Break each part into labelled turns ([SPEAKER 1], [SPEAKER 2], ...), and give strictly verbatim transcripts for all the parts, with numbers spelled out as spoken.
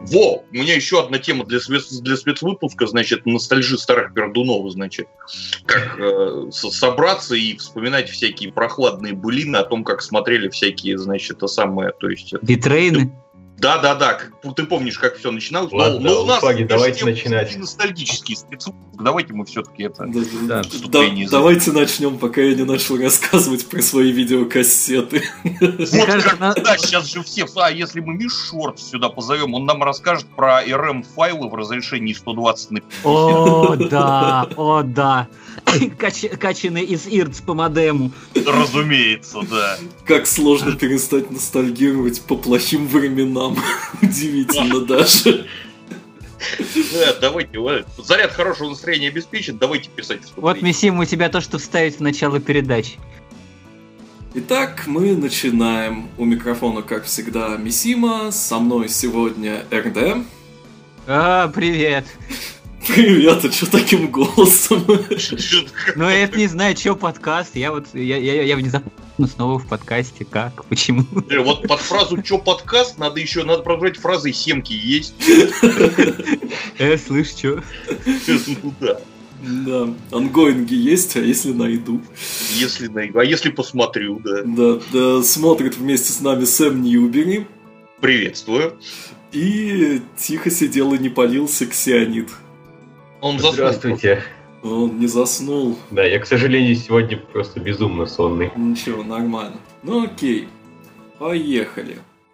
[SPEAKER 1] Во! У меня еще одна тема для, спец... для спецвыпуска, значит, ностальжи старых пердунов, значит. Как э, собраться и вспоминать всякие прохладные былины о том, как смотрели всякие, значит, это самое, то есть...
[SPEAKER 2] Битрейны?
[SPEAKER 1] Да-да-да, ты помнишь, как все начиналось.
[SPEAKER 3] Ладно,
[SPEAKER 1] но, но у нас
[SPEAKER 3] флаги, давайте начинать.
[SPEAKER 1] Ностальгический спецвыпуск. Давайте мы все-таки это...
[SPEAKER 4] Да, да, да, давайте начнем, пока я не начал рассказывать про свои видеокассеты.
[SPEAKER 1] Вот как, да, сейчас же все... А если мы Миш Шорт сюда позовем, он нам расскажет про эр эм-файлы в разрешении сто двадцать на пятьдесят.
[SPEAKER 2] О, да, о, да. Качанные из ай ар си по модему.
[SPEAKER 1] Разумеется, да.
[SPEAKER 4] Как сложно перестать ностальгировать по плохим временам. Удивительно даже.
[SPEAKER 1] Да, давайте, заряд хорошего настроения обеспечен, давайте писать.
[SPEAKER 2] Вот, Мисим, у тебя то, что вставить в начало передачи.
[SPEAKER 4] Итак, мы начинаем. У микрофона, как всегда, Мисима. Со мной сегодня эр дэ.
[SPEAKER 2] А, привет.
[SPEAKER 4] Привет, а что таким голосом?
[SPEAKER 2] Ну, я не знаю, что подкаст. Я вот, я, я, я внезапно снова в подкасте. Как? Почему?
[SPEAKER 1] Вот под фразу «чё подкаст» надо еще, надо продолжать фразой «семки есть».
[SPEAKER 2] Э, слышь, чё?
[SPEAKER 1] Ну да.
[SPEAKER 4] Да, ангоинги есть, а если найду?
[SPEAKER 1] Если найду, а если посмотрю, да.
[SPEAKER 4] Да, да, смотрит вместе с нами Сэм Ньюбери.
[SPEAKER 1] Приветствую.
[SPEAKER 4] И тихо сидел и не палился Ксионид.
[SPEAKER 1] Он заснул.
[SPEAKER 3] Здравствуйте.
[SPEAKER 4] Он не заснул.
[SPEAKER 3] Да, я, к сожалению, сегодня просто безумно сонный.
[SPEAKER 4] Ничего, нормально. Ну окей, поехали.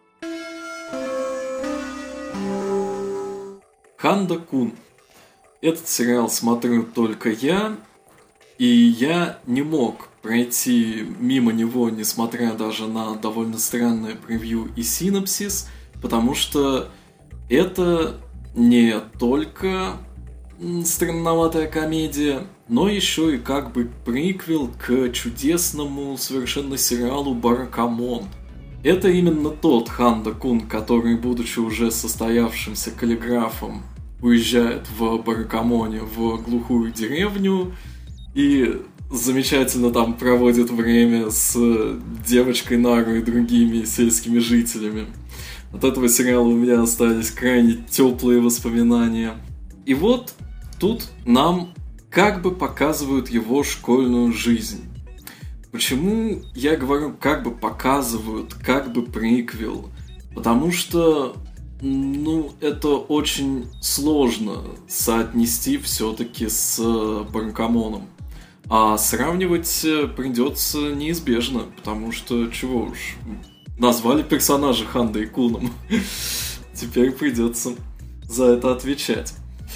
[SPEAKER 4] Ханда Кун. Этот сериал смотрю только я, и я не мог пройти мимо него, несмотря даже на довольно странное превью и синопсис, потому что это не только странноватая комедия, но еще и как бы приквел к чудесному совершенно сериалу Баракамон. Это именно тот Ханда Кун, который, будучи уже состоявшимся каллиграфом, уезжает в Баракамоне в глухую деревню и замечательно там проводит время с девочкой Нару и другими сельскими жителями. От этого сериала у меня остались крайне теплые воспоминания. И вот тут нам как бы показывают его школьную жизнь. Почему я говорю как бы показывают, как бы приквел? Потому что, ну, это очень сложно соотнести все-таки с Баракамоном. А сравнивать придется неизбежно, потому что, чего уж, назвали персонажа Хандой Куном. Теперь придется за это отвечать.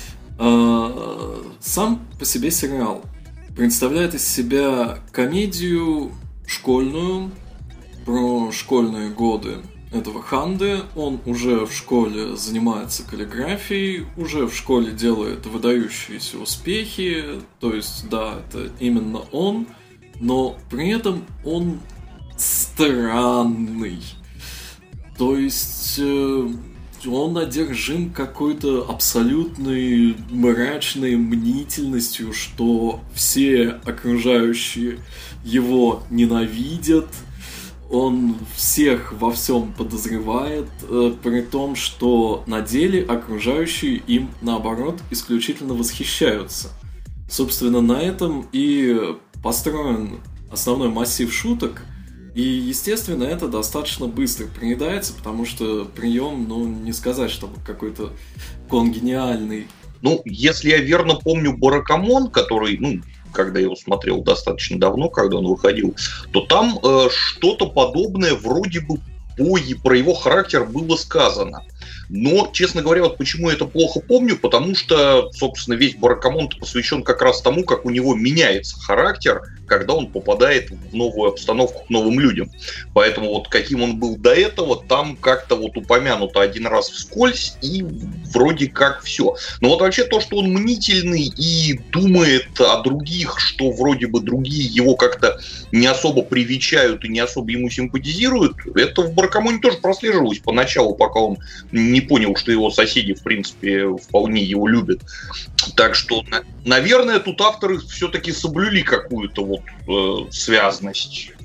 [SPEAKER 4] Сам по себе сериал представляет из себя комедию школьную про школьные годы этого Ханды. Он уже в школе занимается каллиграфией, уже в школе делает выдающиеся успехи, то есть, да, это именно он, но при этом он странный. То есть он одержим какой-то абсолютной мрачной мнительностью, что все окружающие его ненавидят. Он всех во всем подозревает, э, при том, что на деле окружающие им, наоборот, исключительно восхищаются. Собственно, на этом и построен основной массив шуток. И, естественно, это достаточно быстро приедается, потому что прием, ну, не сказать, чтобы какой-то конгениальный.
[SPEAKER 1] Ну, если я верно помню Баракамон, который, ну, когда я его смотрел достаточно давно, когда он выходил, то там э, что-то подобное вроде бы по, про его характер было сказано. Но, честно говоря, вот почему я это плохо помню, потому что, собственно, весь Баракамон посвящен как раз тому, как у него меняется характер, когда он попадает в новую обстановку к новым людям. Поэтому вот каким он был до этого, там как-то вот упомянуто один раз вскользь, и вроде как все. Но вот вообще то, что он мнительный и думает о других, что вроде бы другие его как-то не особо привечают и не особо ему симпатизируют, это в Баракамоне тоже прослеживалось поначалу, пока он не понял, что его соседи, в принципе, вполне его любят. Так что, наверное, тут авторы все-таки соблюли какую-то вот э, связность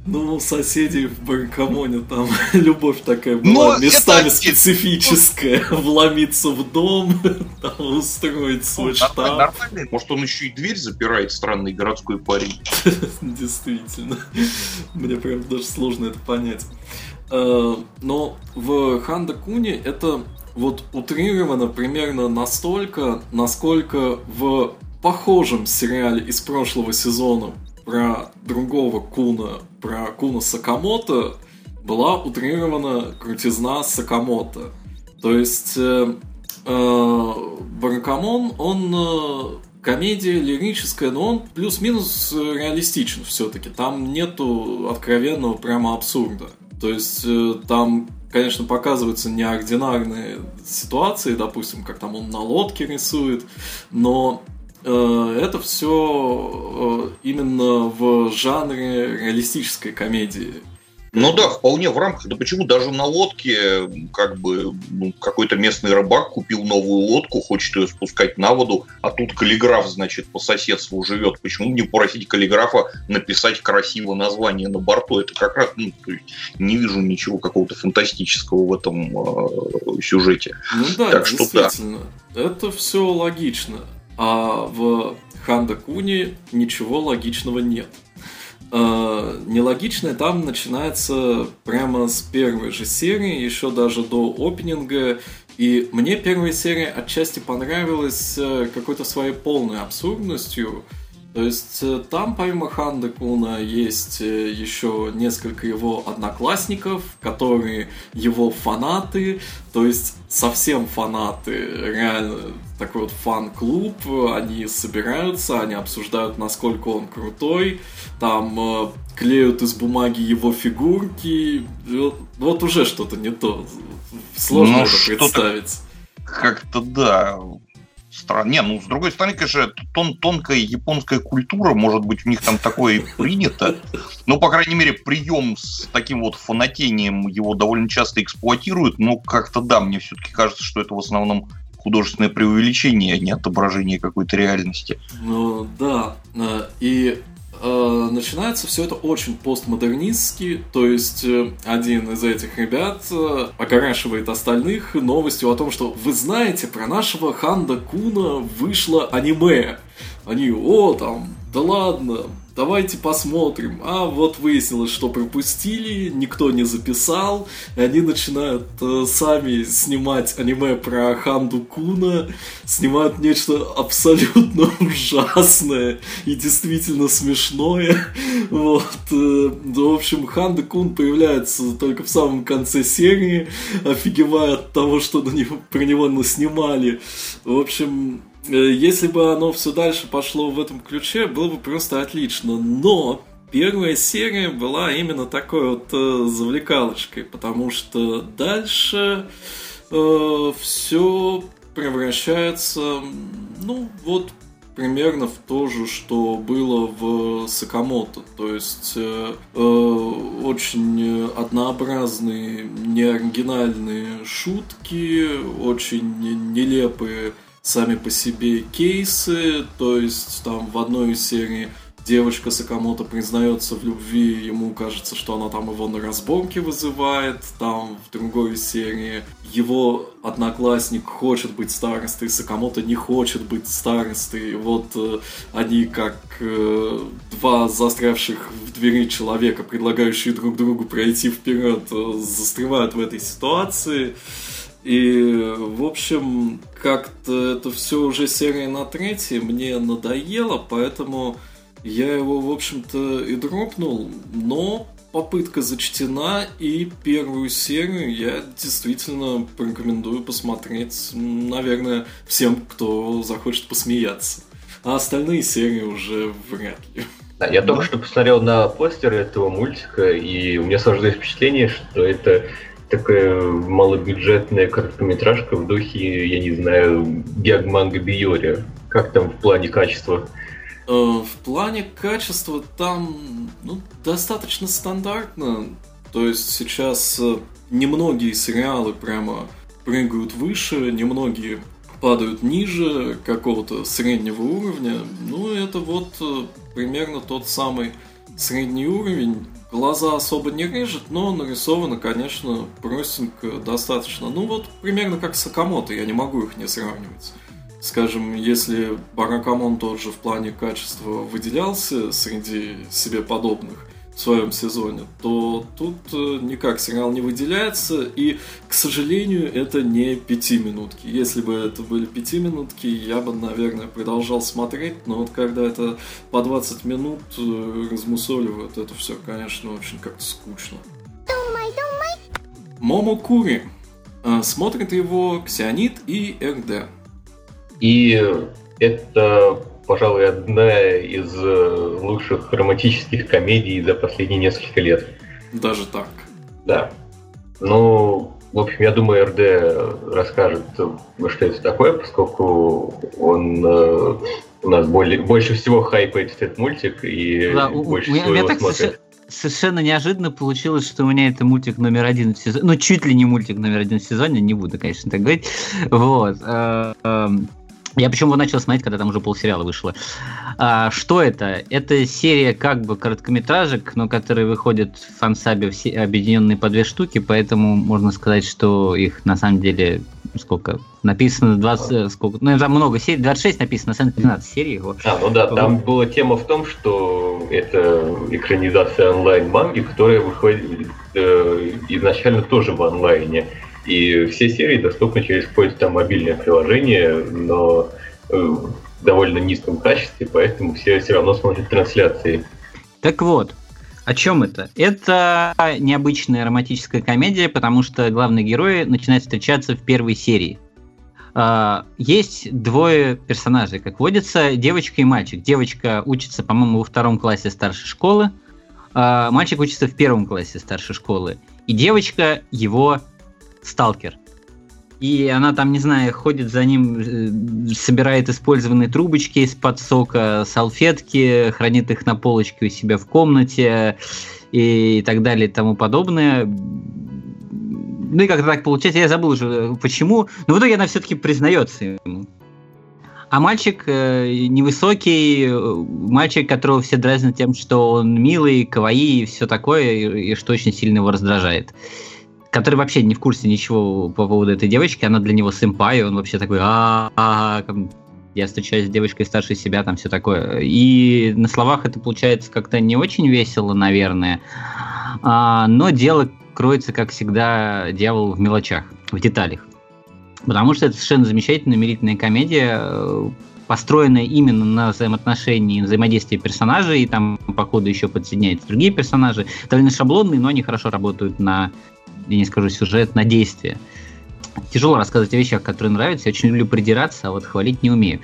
[SPEAKER 4] Ну, у соседей в Баракамоне там любовь такая
[SPEAKER 1] Но
[SPEAKER 4] была местами
[SPEAKER 1] это-
[SPEAKER 4] специфическая. Вломиться в дом, там устроить свой штаб.
[SPEAKER 1] Нормально. Может, он еще и дверь запирает, странный городской парень.
[SPEAKER 4] Действительно. Мне прям даже сложно это понять. Э, Но в Ханда Куни это вот утрировано примерно настолько, насколько в похожем сериале из прошлого сезона про другого Куна, про Куна Сакамото, была утрирована крутизна Сакамото. То есть э, э, Баракамон, он э, комедия лирическая, но он плюс-минус реалистичен все-таки. Там нету откровенного прямо абсурда. То есть э, там, конечно, показываются неординарные ситуации, допустим, как там он на лодке рисует, но это все именно в жанре реалистической комедии.
[SPEAKER 1] Ну да, вполне в рамках. Да почему даже на лодке, как бы, ну, какой-то местный рыбак купил новую лодку, хочет ее спускать на воду, а тут каллиграф, значит, по соседству живет. Почему не попросить каллиграфа написать красивое название на борту? Это как раз, ну, то есть, не вижу ничего какого-то фантастического в этом э, сюжете.
[SPEAKER 4] Ну да,
[SPEAKER 1] так что
[SPEAKER 4] действительно. Да. Это все логично. А в Ханда Куни ничего логичного нет. Э, нелогичное там начинается прямо с первой же серии, еще даже до опенинга. И мне первая серия отчасти понравилась какой-то своей полной абсурдностью. То есть там помимо Ханда Куна есть еще несколько его одноклассников, которые его фанаты, то есть совсем фанаты, реально такой вот фан-клуб, они собираются, они обсуждают, насколько он крутой, там э, клеют из бумаги его фигурки, вот, вот уже что-то не то, сложно
[SPEAKER 1] ну,
[SPEAKER 4] это представить.
[SPEAKER 1] Как-то да... Стран... Не, ну, с другой стороны, конечно, тон, тонкая японская культура, может быть, у них там такое принято. Ну, по крайней мере, прием с таким вот фанатением его довольно часто эксплуатируют, но как-то да, мне все-таки кажется, что это в основном художественное преувеличение, а не отображение какой-то реальности.
[SPEAKER 4] Ну, да. И э, начинается все это очень постмодернистски, то есть э, один из этих ребят э, огорашивает остальных новостью о том, что вы знаете, про нашего Ханда Куна вышло аниме. Они, о, там, да ладно, давайте посмотрим. А вот выяснилось, что пропустили, никто не записал, и они начинают э, сами снимать аниме про Ханду Куна, снимают нечто абсолютно ужасное и действительно смешное. Вот. Э, в общем, Ханда Кун появляется только в самом конце серии, офигевая от того, что на него, про него наснимали. В общем... Если бы оно все дальше пошло в этом ключе, было бы просто отлично. Но первая серия была именно такой вот э, завлекалочкой, потому что дальше э, все превращается, ну, вот примерно в то же, что было в Сакамото. То есть э, э, очень однообразные, неоригинальные шутки, очень нелепые сами по себе кейсы, то есть там в одной из серий девочка Сакамото признается в любви, ему кажется, что она там его на разборке вызывает, там в другой серии его одноклассник хочет быть старостой, Сакамото не хочет быть старостой, вот э, они как э, два застрявших в двери человека, предлагающие друг другу пройти вперед, э, застревают в этой ситуации. И, в общем, как-то это все уже серия на третьей мне надоело, поэтому я его, в общем-то, и дропнул. Но попытка зачтена, и первую серию я действительно порекомендую посмотреть, наверное, всем, кто захочет посмеяться. А остальные серии уже вряд ли.
[SPEAKER 3] Да, я только что посмотрел на постер этого мультика, и у меня сложилось впечатление, что это... такая малобюджетная короткометражка в духе, я не знаю, гэг-манга Биори. Как там в плане качества?
[SPEAKER 4] В плане качества там ну, достаточно стандартно. То есть сейчас немногие сериалы прямо прыгают выше, немногие падают ниже какого-то среднего уровня. Ну, это вот примерно тот самый средний уровень. глаза особо не режет, но нарисовано, конечно, простенько достаточно. Ну вот примерно как Сакамото, я не могу их не сравнивать. Скажем, если Баракамон тот же в плане качества выделялся среди себе подобных в своем сезоне, то тут никак сериал не выделяется, и, к сожалению, это не пятиминутки. Если бы это были пятиминутки, я бы, наверное, продолжал смотреть, но вот когда это по двадцать минут размусоливают, это все, конечно, очень как-то скучно. Момокури. Смотрит его Ксионид и эр дэ.
[SPEAKER 3] И это, пожалуй, одна из лучших романтических комедий за последние несколько лет.
[SPEAKER 4] Даже так?
[SPEAKER 3] Да. Ну, в общем, я думаю, эр дэ расскажет, что это такое, поскольку он э, у нас более, больше всего хайпает этот мультик и
[SPEAKER 2] да,
[SPEAKER 3] больше
[SPEAKER 2] у,
[SPEAKER 3] всего
[SPEAKER 2] у
[SPEAKER 3] его
[SPEAKER 2] так
[SPEAKER 3] смотрит.
[SPEAKER 2] Совершенно, совершенно неожиданно получилось, что у меня это мультик номер один в сезоне. Ну, чуть ли не мультик номер один в сезоне, не буду, конечно, так говорить. Вот. Я почему его начал смотреть, когда там уже полсериала вышло. А, что это? Это серия как бы короткометражек, но которые выходят в фансабе все объединенные по две штуки, поэтому можно сказать, что их на самом деле сколько? Написано двадцать, сколько? Ну, там много серий, двадцать шесть написано, на самом деле двенадцать серий его.
[SPEAKER 3] А, ну да, там вот. Была тема в том, что это экранизация онлайн-манги, которая выходит э, изначально тоже в онлайне. И все серии доступны через какое-то там мобильное приложение, но э, в довольно низком качестве, поэтому все все равно смотрят трансляции.
[SPEAKER 2] Так вот, о чем это? Это необычная романтическая комедия, потому что главные герои начинают встречаться в первой серии. Есть двое персонажей, как водится, девочка и мальчик. Девочка учится, по-моему, во втором классе старшей школы, мальчик учится в первом классе старшей школы. И девочка его сталкер. И она там, не знаю, ходит за ним, собирает использованные трубочки из-под сока, салфетки, хранит их на полочке у себя в комнате и так далее и тому подобное. Ну и как-то так получается, я забыл уже почему, но в итоге она все-таки признается ему. А мальчик э, невысокий, мальчик, которого все дразнят тем, что он милый, каваи и все такое, и, и что очень сильно его раздражает. Который вообще не в курсе ничего по поводу этой девочки, она для него сэмпай, он вообще такой, а я встречаюсь с девочкой старше себя, там все такое. И на словах это получается как-то не очень весело, наверное, а, но дело кроется, как всегда, дьявол в мелочах, в деталях. Потому что это совершенно замечательная, умилительная комедия, построенная именно на взаимоотношении, взаимодействии персонажей, и там, по ходу, еще подсоединяются другие персонажи, довольно шаблонные, но они хорошо работают на, я не скажу сюжет, на действие. Тяжело рассказывать о вещах, которые нравятся, я очень люблю придираться, а вот хвалить не умею.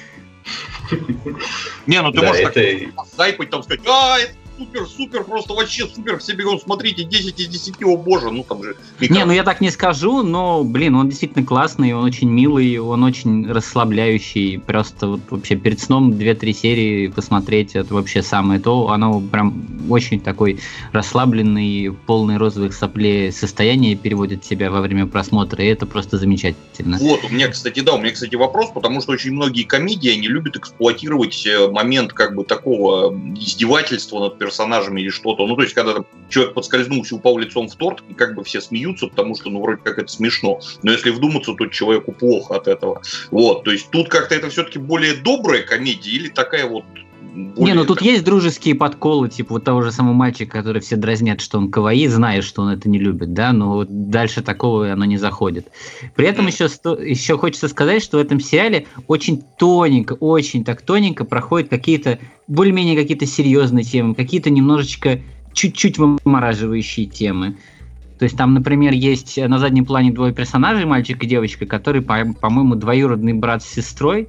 [SPEAKER 1] Не, ну ты
[SPEAKER 3] да,
[SPEAKER 1] можешь
[SPEAKER 3] это...
[SPEAKER 1] так хайпать, там сказать, а, это супер, супер, просто вообще супер, все берем, смотрите, десять из десяти, о боже, ну там же...
[SPEAKER 2] Не, ну я так не скажу, но, блин, он действительно классный, он очень милый, он очень расслабляющий, просто вот вообще перед сном две-три серии посмотреть, это вообще самое то, оно прям очень такой расслабленный, полный розовых соплей состояние переводит тебя во время просмотра, и это просто замечательно.
[SPEAKER 1] Вот, у меня, кстати, да, у меня, кстати, вопрос, потому что очень многие комедии, они любят эксплуатировать момент как бы такого издевательства над персонажами или что-то. Ну, то есть, когда там, человек подскользнулся и упал лицом в торт, и как бы все смеются, потому что, ну, вроде как это смешно. Но если вдуматься, то человеку плохо от этого. Вот, то есть, тут как-то это все-таки более добрая комедия или такая вот... Более...
[SPEAKER 2] Не, ну тут есть дружеские подколы, типа вот того же самого мальчика, который все дразнят, что он каваи, зная, что он это не любит, да, но вот дальше такого оно не заходит. При этом еще, еще хочется сказать, что в этом сериале очень тоненько, очень так тоненько проходят какие-то, более-менее какие-то серьезные темы, какие-то немножечко, чуть-чуть вымораживающие темы. То есть там, например, есть на заднем плане двое персонажей, мальчик и девочка, которые, по- по-моему, двоюродный брат с сестрой,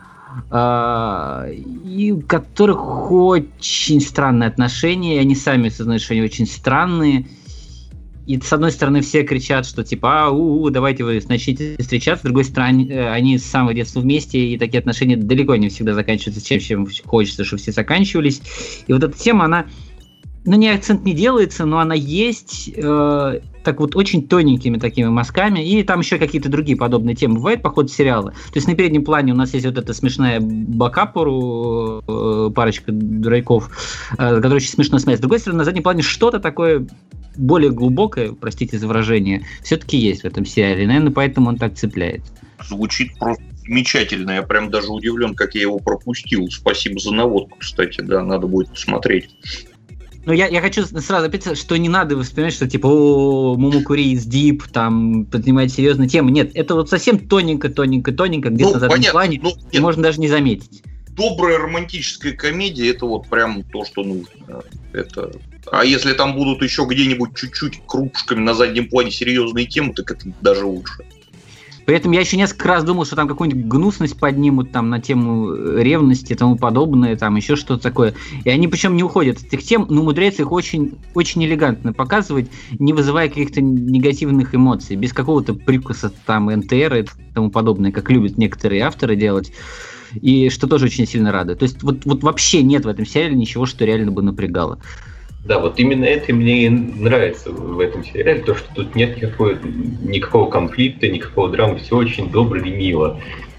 [SPEAKER 2] и у которых очень странные отношения, и они сами осознают, что они очень странные. И с одной стороны все кричат, что типа, а, у, -у давайте вы начните встречаться, с другой стороны они с самого детства вместе, и такие отношения далеко не всегда заканчиваются тем, чем хочется, чтобы все заканчивались. И вот эта тема, она ну, не акцент не делается, но она есть э, так вот очень тоненькими такими мазками, и там еще какие-то другие подобные темы бывают по ходу сериала. То есть на переднем плане у нас есть вот эта смешная Бакапуру, э, парочка дураков, э, которая очень смешно смеется. С другой стороны, на заднем плане что-то такое более глубокое, простите за выражение, все-таки есть в этом сериале, и, наверное, поэтому он так цепляет.
[SPEAKER 1] Звучит просто замечательно, я прям даже удивлен, как я его пропустил. Спасибо за наводку, кстати, да, надо будет посмотреть.
[SPEAKER 2] Ну, я, я хочу сразу опять, что не надо воспринимать, что типа о, Момокури из Дип, там, поднимает серьезные темы. Нет, это вот совсем тоненько-тоненько-тоненько, где-то ну, на заднем плане, ну, и можно даже не заметить.
[SPEAKER 1] Добрая романтическая комедия, это вот прям то, что нужно. Это... А если там будут еще где-нибудь чуть-чуть кружками на заднем плане серьезные темы, так это даже лучше.
[SPEAKER 2] При этом я еще несколько раз думал, что там какую-нибудь гнусность поднимут там на тему ревности и тому подобное, там еще что-то такое. И они причем не уходят от этих тем, но умудряются их очень, очень элегантно показывать, не вызывая каких-то негативных эмоций, без какого-то привкуса там эн тэ эр и тому подобное, как любят некоторые авторы делать. И что тоже очень сильно радует. То есть вот, вот вообще нет в этом сериале ничего, что реально бы напрягало.
[SPEAKER 3] Да, вот именно это мне и нравится в этом сериале, то, что тут нет никакой, никакого конфликта, никакого драмы, все очень добро и мило.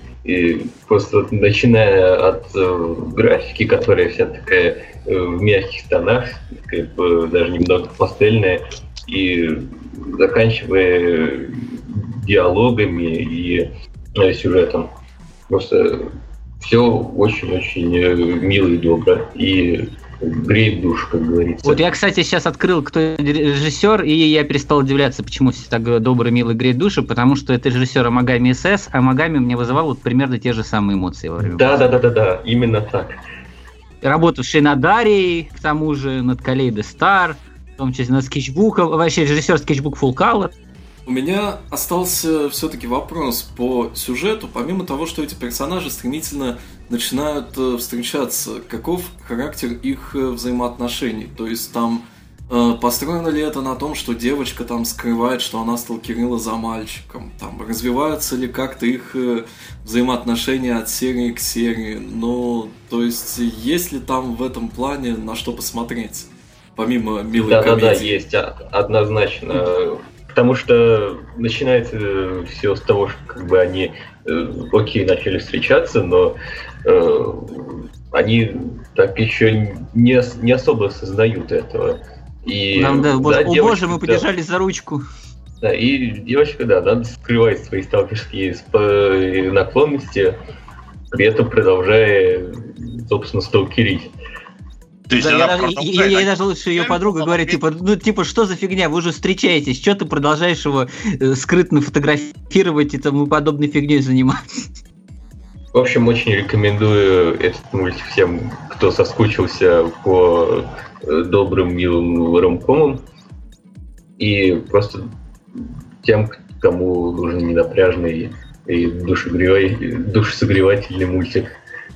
[SPEAKER 3] И просто вот, начиная от э, графики, которая вся такая э, в мягких тонах, как бы даже немного пастельная, и заканчивая диалогами и э, сюжетом. Просто все очень-очень э, мило и добро. И греет душу, как говорится.
[SPEAKER 2] Вот я, кстати, сейчас открыл, кто режиссер, и я перестал удивляться, почему все так добро, мило греет душу, потому что это режиссер Амагами эс эс, а Амагами мне вызывал вот примерно те же самые эмоции во время.
[SPEAKER 3] Да, да, да, да, да, именно так.
[SPEAKER 2] Работавший над Арией, к тому же, над Калейдо Стар, в том числе над скетчбуком, вообще режиссер скетчбук Full Color.
[SPEAKER 4] У меня остался все-таки вопрос по сюжету. Помимо того, что эти персонажи стремительно начинают э, встречаться, каков характер их э, взаимоотношений? То есть там э, построено ли это на том, что девочка там скрывает, что она сталкерила за мальчиком? Там развиваются ли как-то их э, взаимоотношения от серии к серии? Ну, то есть есть ли там в этом плане на что посмотреть? Помимо милой
[SPEAKER 3] да,
[SPEAKER 4] комедии.
[SPEAKER 3] Да-да-да, есть, однозначно. Потому что начинается все с того, что как бы они, э, окей, начали встречаться, но э, они так еще не, не особо осознают этого. И
[SPEAKER 2] да, да, боже,
[SPEAKER 3] девочка,
[SPEAKER 2] о боже, мы подержались
[SPEAKER 3] да,
[SPEAKER 2] за ручку.
[SPEAKER 3] Да, и девочка, да, надо скрывать свои сталкерские наклонности, при этом продолжая, собственно, сталкерить.
[SPEAKER 2] То есть да, я, даже, я, я, я даже лучше ее подруга говорит, типа, ну, типа, что за фигня, вы уже встречаетесь, что ты продолжаешь его э, скрытно фотографировать и тому подобной фигней заниматься?
[SPEAKER 3] В общем, очень рекомендую этот мультик всем, кто соскучился по добрым, милым ромкомам, и просто тем, кому нужен ненапряжный и душесогревательный мультик.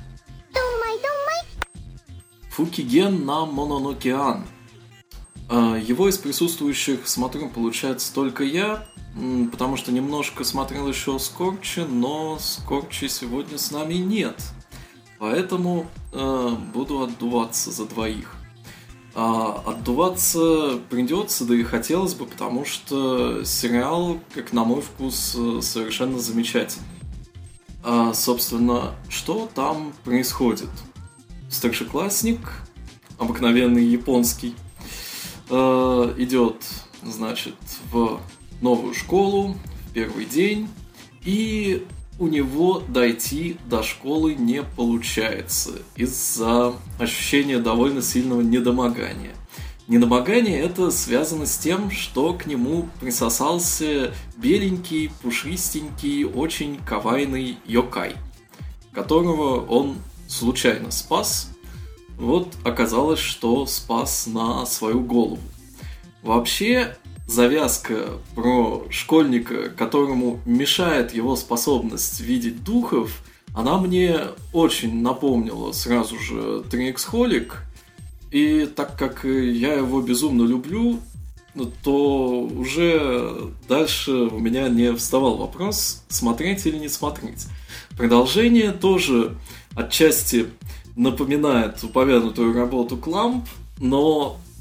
[SPEAKER 4] Фукиген на Мононокеан. Его из присутствующих смотрю, получается, только я, потому что немножко смотрел еще Скорчи, но Скорчи сегодня с нами нет. Поэтому э, буду отдуваться за двоих. А отдуваться придется, да и хотелось бы, потому что сериал, как на мой вкус, совершенно замечательный. А, собственно, что там происходит? Старшеклассник, обыкновенный японский, э, идет, значит, в новую школу в первый день, и у него дойти до школы не получается из-за ощущения довольно сильного недомогания. Недомогание это связано с тем, что к нему присосался беленький, пушистенький, очень кавайный йокай, которого он случайно спас. Вот оказалось, что спас на свою голову. Вообще, завязка про школьника, которому мешает его способность видеть духов, она мне очень напомнила сразу же три икс Holic. И так как я его безумно люблю, то уже дальше у меня не вставал вопрос, смотреть или не смотреть. Продолжение тоже отчасти напоминает упомянутую работу Clamp, но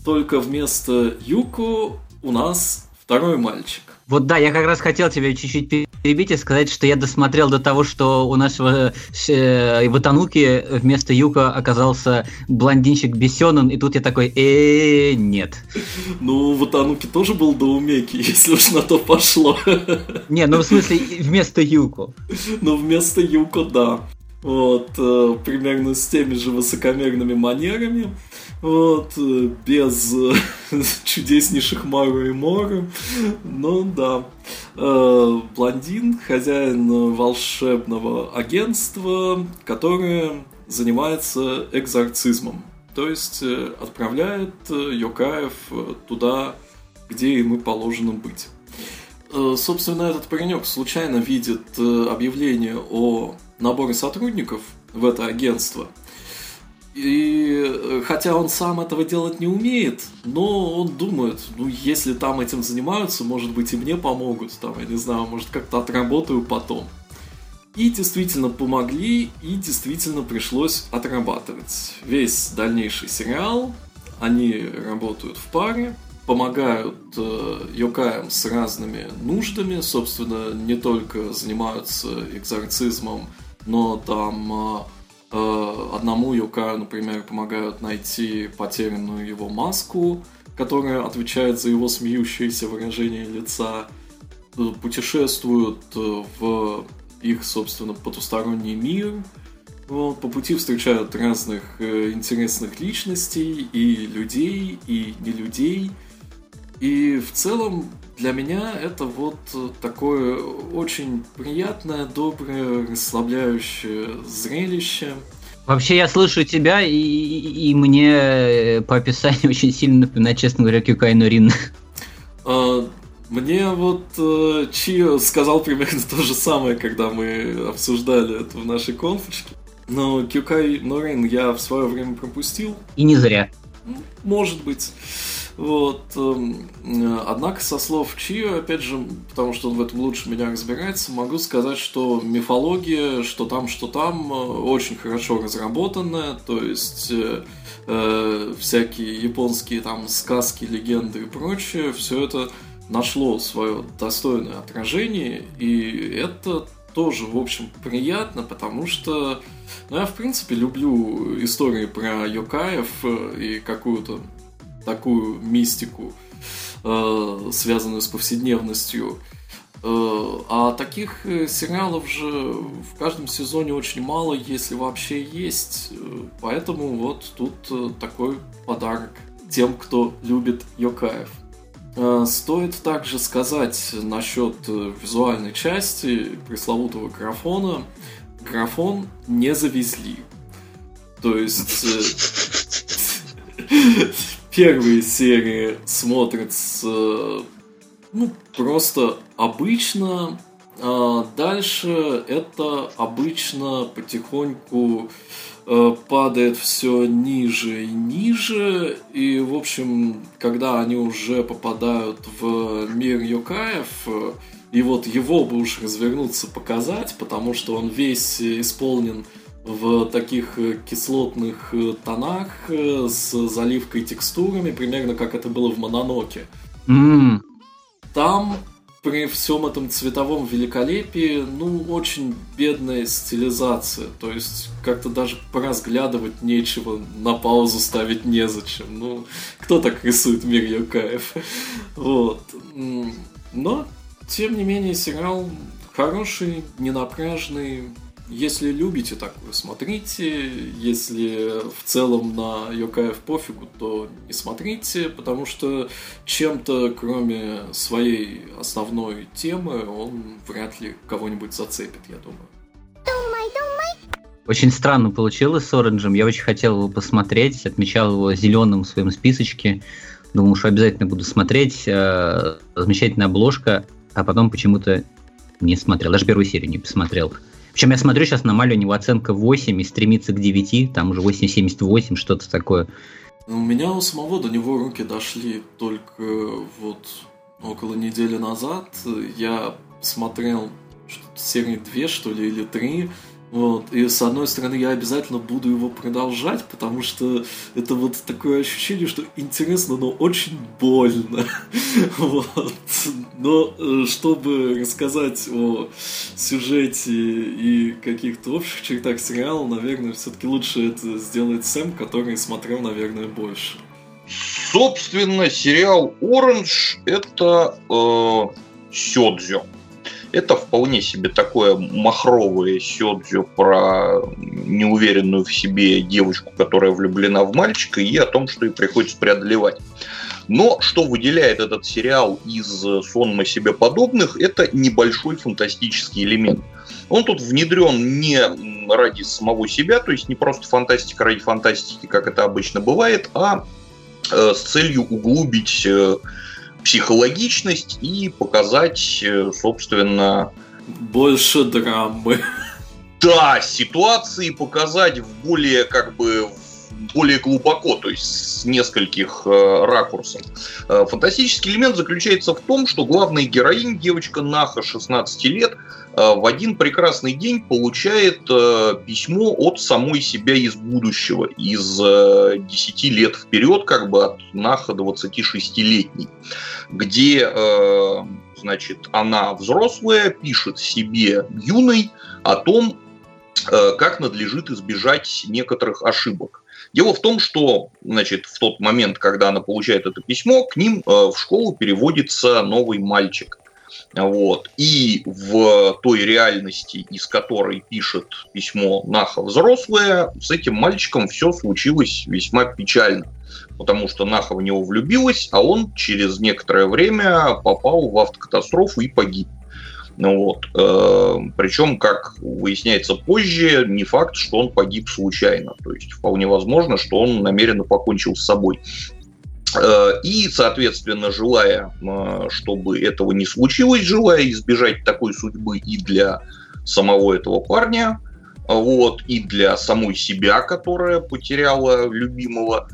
[SPEAKER 4] только вместо Юко у нас второй мальчик.
[SPEAKER 2] Вот да, я как раз хотел тебя чуть-чуть перебить и сказать, что я досмотрел до того, что у нашего э, Ватануки вместо Юко оказался блондинчик Бесёнэн, и тут я такой, э нет.
[SPEAKER 4] Ну, Ватануки тоже был Доумеки, если уж на то пошло.
[SPEAKER 2] Не, ну в смысле вместо Юко.
[SPEAKER 4] Ну, вместо Юко, да. Вот, э, примерно с теми же высокомерными манерами. Вот, без чудеснейших Мару и Мору. Ну да. Блондин, хозяин волшебного агентства, которое занимается экзорцизмом. То есть отправляет йокаев туда, где им и положено быть. Собственно, этот паренек случайно видит объявление о наборе сотрудников в это агентство. И хотя он сам этого делать не умеет, но он думает, ну если там этим занимаются, может быть и мне помогут, там, я не знаю, может как-то отработаю потом. И действительно помогли, и действительно пришлось отрабатывать. Весь дальнейший сериал, они работают в паре, помогают э, йокаям с разными нуждами, собственно, не только занимаются экзорцизмом, но там... Э, Одному йокаю, например, помогают найти потерянную его маску, которая отвечает за его смеющееся выражение лица. Путешествуют в их, собственно, потусторонний мир. Вот, по пути встречают разных интересных личностей, и людей, и не людей. И в целом для меня это вот такое очень приятное, доброе, расслабляющее зрелище.
[SPEAKER 2] Вообще я слышу тебя, и, и, и мне по описанию очень сильно напоминает, честно говоря, Кюкай но Рин.
[SPEAKER 4] А, мне вот э, Чио сказал примерно то же самое, когда мы обсуждали это в нашей конфочке. Но Кюкай но Рин я в свое время пропустил.
[SPEAKER 2] И не зря.
[SPEAKER 4] Может быть. Вот. Однако, со слов Чио, опять же, потому что он в этом лучше меня разбирается, могу сказать, что мифология, что там, что там, очень хорошо разработанная, то есть э, всякие японские там сказки, легенды и прочее, все это нашло свое достойное отражение, и это тоже, в общем, приятно, потому что ну, я, в принципе, люблю истории про йокаев и какую-то такую мистику, э, связанную с повседневностью. Э, а таких сериалов же в каждом сезоне очень мало, если вообще есть. Поэтому вот тут такой подарок тем, кто любит йокаев. Э, стоит также сказать насчет визуальной части пресловутого графона. Графон не завезли. То есть... Первые серии смотрятся ну, просто обычно, а дальше это обычно потихоньку э, падает все ниже и ниже, и, в общем, когда они уже попадают в мир йокаев, и вот его бы уж развернуться показать, потому что он весь исполнен в таких кислотных тонах с заливкой текстурами, примерно как это было в Мононоке.
[SPEAKER 2] Mm.
[SPEAKER 4] Там при всем этом цветовом великолепии, ну, очень бедная стилизация. То есть как-то даже поразглядывать нечего, на паузу ставить незачем. Ну, кто так рисует мир йокаев? Вот. Но, тем не менее, сериал хороший, ненапряжный. Если любите такое, смотрите. Если в целом на йокаев пофигу, то не смотрите, потому что чем-то, кроме своей основной темы, он вряд ли кого-нибудь зацепит, я думаю.
[SPEAKER 2] Очень странно получилось с Оранжем. Я очень хотел его посмотреть, отмечал его зеленым в своем списочке. Думал, что обязательно буду смотреть. Замечательная обложка, а потом почему-то не смотрел. Даже первую серию не посмотрел. Причем я смотрю сейчас на Мали, у него оценка восемь и стремится к девяти, там уже восемь семьдесят восемь, что-то такое.
[SPEAKER 4] У меня у самого до него руки дошли только вот около недели назад. Я смотрел серии две, что ли, или три, Вот. И с одной стороны, я обязательно буду его продолжать, потому что это вот такое ощущение, что интересно, но очень больно. Вот. Но чтобы рассказать о сюжете и каких-то общих чертах сериала, наверное, все-таки лучше это сделает Сэм, который смотрел, наверное, больше.
[SPEAKER 1] Собственно, сериал «Оранж» — это э, сёдзю. Это вполне себе такое махровое сёдзю про неуверенную в себе девочку, которая влюблена в мальчика, и о том, что ей приходится преодолевать. Но что выделяет этот сериал из сонма себе подобных, это небольшой фантастический элемент. Он тут внедрен не ради самого себя, то есть не просто фантастика ради фантастики, как это обычно бывает, а э, с целью углубить э, психологичность и показать, собственно...
[SPEAKER 4] Больше драмы.
[SPEAKER 1] Да, ситуации показать в более, как бы, более глубоко, то есть с нескольких э, ракурсов. Э, фантастический элемент заключается в том, что главная героиня, девочка Наха, шестнадцати лет, э, в один прекрасный день получает э, письмо от самой себя из будущего, из э, десяти лет вперед, как бы от Наха двадцатишестилетней, где, э, значит, она взрослая, пишет себе юной о том, э, как надлежит избежать некоторых ошибок. Дело в том, что, значит, в тот момент, когда она получает это письмо, к ним э, в школу переводится новый мальчик. Вот. И в той реальности, из которой пишет письмо Наха взрослая, с этим мальчиком все случилось весьма печально. Потому что Наха в него влюбилась, а он через некоторое время попал в автокатастрофу и погиб. Ну вот. Причем, как выясняется позже, не факт, что он погиб случайно. То есть вполне возможно, что он намеренно покончил с собой. И, соответственно, желая, чтобы этого не случилось, желая избежать такой судьбы и для самого этого парня, вот, и для самой себя, которая потеряла любимого,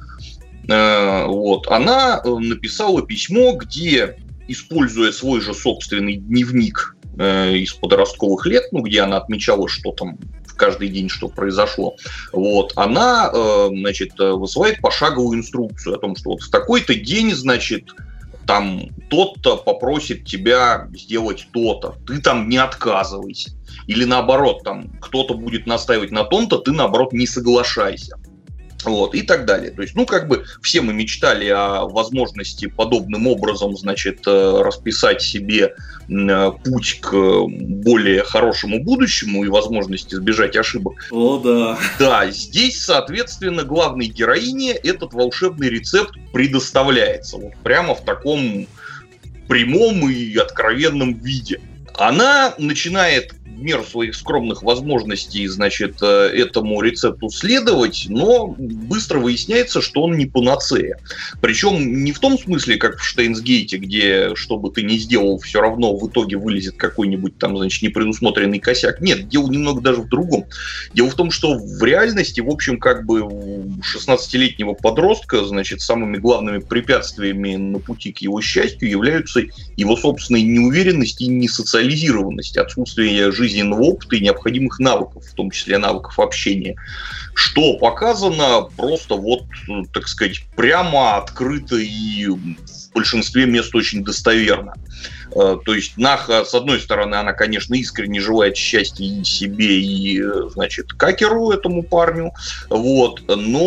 [SPEAKER 1] вот, она написала письмо, где, используя свой же собственный дневник из подростковых лет, ну, где она отмечала, что там каждый день, что произошло, вот, она, значит, высылает пошаговую инструкцию о том, что вот в такой-то день, значит, там тот-то попросит тебя сделать то-то, ты там не отказывайся. Или наоборот, там кто-то будет настаивать на том-то, ты наоборот не соглашайся. Вот, и так далее. То есть, ну, как бы все мы мечтали о возможности подобным образом, значит, расписать себе путь к более хорошему будущему и возможности избежать ошибок.
[SPEAKER 4] О, да.
[SPEAKER 1] Да, здесь, соответственно, главной героине этот волшебный рецепт предоставляется. Вот прямо в таком прямом и откровенном виде. Она начинает в меру своих скромных возможностей, значит, этому рецепту следовать, но быстро выясняется, что он не панацея. Причем не в том смысле, как в Штейнсгейте, где, что бы ты ни сделал, все равно в итоге вылезет какой-нибудь там, значит, непредусмотренный косяк. Нет, дело немного даже в другом. Дело в том, что в реальности, в общем, как бы у шестнадцатилетнего подростка, значит, самыми главными препятствиями на пути к его счастью являются его собственная неуверенность и несоциализированность, отсутствие жизни жизненного опыта и необходимых навыков, в том числе навыков общения, что показано просто вот, так сказать, прямо, открыто и в большинстве мест очень достоверно. То есть Наха, с одной стороны, она, конечно, искренне желает счастья и себе, и, значит, Какеру, этому парню, вот,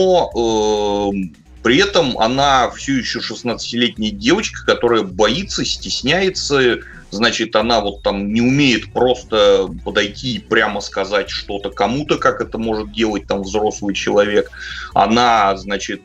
[SPEAKER 1] но э, при этом она все еще шестнадцатилетняя девочка, которая боится, стесняется. Значит, она вот там не умеет просто подойти и прямо сказать что-то кому-то, как это может делать там взрослый человек. Она, значит,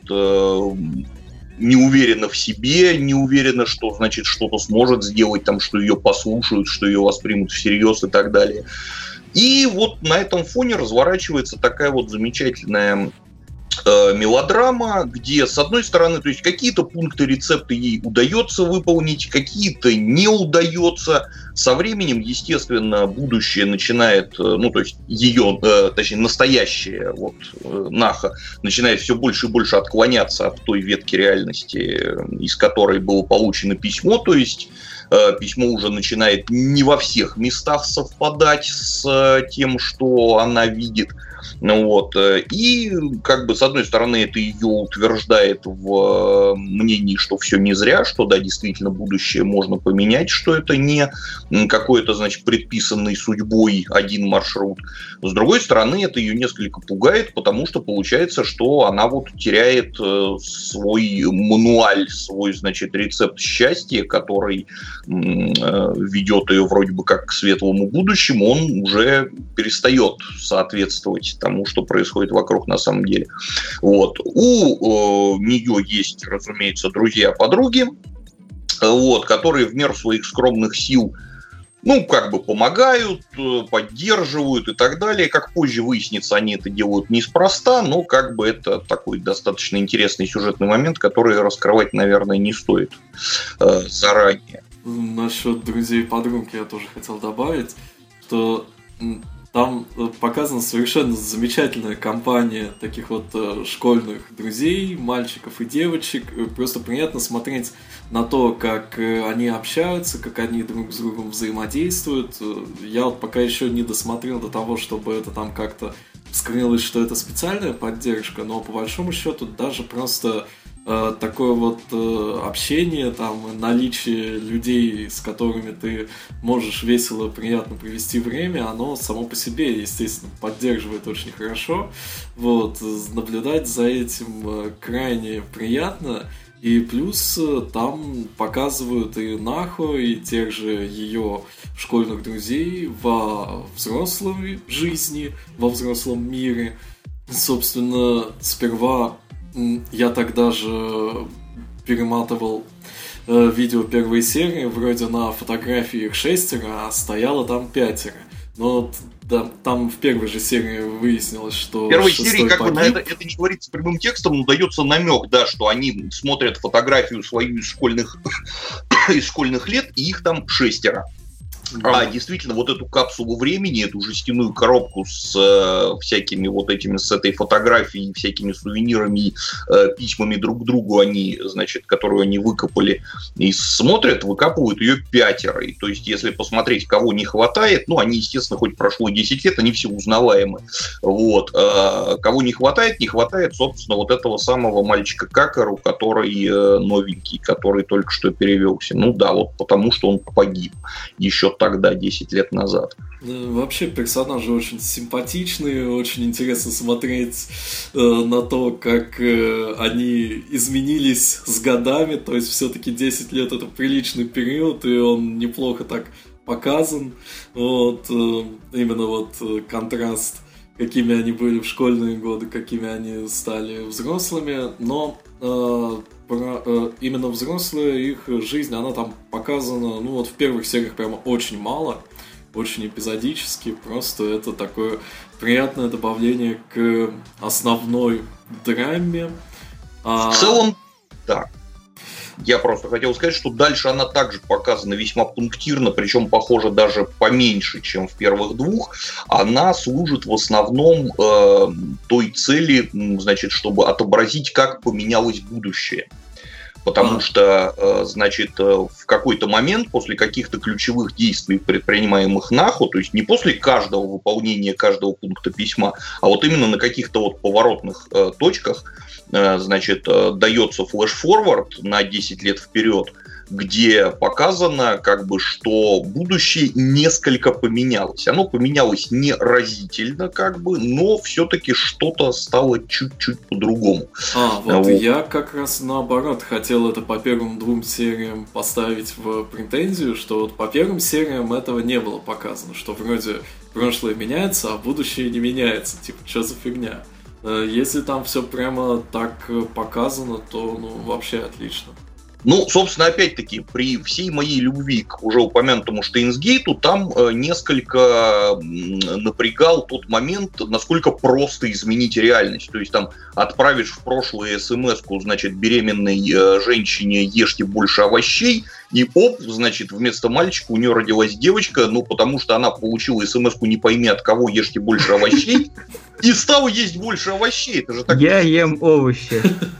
[SPEAKER 1] не уверена в себе, не уверена, что, значит, что-то сможет сделать, там, что ее послушают, что ее воспримут всерьез и так далее. И вот на этом фоне разворачивается такая вот замечательная э, мелодрама, где, с одной стороны, то есть какие-то пункты рецепта ей удается выполнить, какие-то не удается. Со временем, естественно, будущее начинает, ну, то есть ее, э, точнее, настоящее, вот, э, Наха, начинает все больше и больше отклоняться от той ветки реальности, из которой было получено письмо, то есть э, письмо уже начинает не во всех местах совпадать с э, тем, что она видит. Ну, вот. И, как бы, с одной стороны, это ее утверждает в мнении, что все не зря, что, да, действительно, будущее можно поменять, что это не какой-то, значит, предписанный судьбой один маршрут. С другой стороны, это ее несколько пугает, потому что получается, что она вот теряет свой мануаль, свой, значит, рецепт счастья, который ведет ее вроде бы как к светлому будущему, он уже перестает соответствовать тому, что происходит вокруг на самом деле. Вот. У э, нее есть, разумеется, друзья-подруги, вот, которые в меру своих скромных сил, ну, как бы помогают, поддерживают и так далее. Как позже выяснится, они это делают неспроста, но как бы это такой достаточно интересный сюжетный момент, который раскрывать, наверное, не стоит э, заранее.
[SPEAKER 4] Насчет друзей и подруг я тоже хотел добавить, что там показана совершенно замечательная компания таких вот школьных друзей, мальчиков и девочек. Просто приятно смотреть на то, как они общаются, как они друг с другом взаимодействуют. Я вот пока еще не досмотрел до того, чтобы это там как-то вскрылось, что это специальная поддержка, но по большому счету даже просто э, такое вот э, общение, там, наличие людей, с которыми ты можешь весело, приятно провести время, оно само по себе, естественно, поддерживает очень хорошо. Вот, наблюдать за этим крайне приятно. И плюс там показывают и Нахо, и тех же ее школьных друзей во взрослой жизни, во взрослом мире. Собственно, сперва я тогда же перематывал э, видео первой серии, вроде на фотографии их шестеро, а стояло там пятеро. Но да, там в первой же серии выяснилось, что
[SPEAKER 1] в первой серии как
[SPEAKER 4] погиб.
[SPEAKER 1] бы на это, это не говорится прямым текстом, но дается намек, да, что они смотрят фотографию свою из школьных, из школьных лет, и их там шестеро. Да. А действительно, вот эту капсулу времени, эту жестяную коробку с э, всякими вот этими, с этой фотографией, всякими сувенирами, э, письмами друг к другу, они, значит, которую они выкопали и смотрят, выкапывают ее пятеро. И, то есть, если посмотреть, кого не хватает, ну, они, естественно, хоть прошло десять лет, они все узнаваемы. Вот. Э, кого не хватает, не хватает, собственно, вот этого самого мальчика Какару, который э, новенький, который только что перевелся. Ну да, вот потому что он погиб еще тогда, десять лет назад.
[SPEAKER 4] Вообще персонажи очень симпатичные, очень интересно смотреть э, на то, как э, они изменились с годами, то есть все-таки десять лет это приличный период, и он неплохо так показан. Вот, э, именно вот э, контраст, какими они были в школьные годы, какими они стали взрослыми, но э, про, э, именно взрослая их жизнь, она там показана, ну вот в первых сериях прямо очень мало, очень эпизодически, просто это такое приятное добавление к основной драме.
[SPEAKER 1] В целом, да. Я просто хотел сказать, что дальше она также показана весьма пунктирно, причем, похоже, даже поменьше, чем в первых двух. Она служит в основном э, той цели, значит, чтобы отобразить, как поменялось будущее. Потому что, значит, в какой-то момент после каких-то ключевых действий, предпринимаемых Нахо, то есть не после каждого выполнения каждого пункта письма, а вот именно на каких-то вот поворотных э, точках, э, значит, э, дается флэш-форвард на десять лет вперед, где показано, как бы, что будущее несколько поменялось. Оно поменялось не разительно, как бы, но все-таки что-то стало чуть-чуть по-другому.
[SPEAKER 4] А, вот, вот я как раз наоборот хотел это по первым двум сериям поставить в претензию, что вот по первым сериям этого не было показано, что вроде прошлое меняется, а будущее не меняется. Типа, что за фигня? Если там все прямо так показано, то, ну, вообще отлично.
[SPEAKER 1] Ну, собственно, опять-таки, при всей моей любви к уже упомянутому Штейнсгейту, там э, несколько напрягал тот момент, насколько просто изменить реальность. То есть там отправишь в прошлое смс-ку, значит, беременной э, женщине «ешьте больше овощей», и оп, значит, вместо мальчика у нее родилась девочка, ну, потому что она получила смс-ку «не пойми от кого, ешьте больше овощей», и стала есть больше овощей. Это же так...
[SPEAKER 2] Я ем овощи.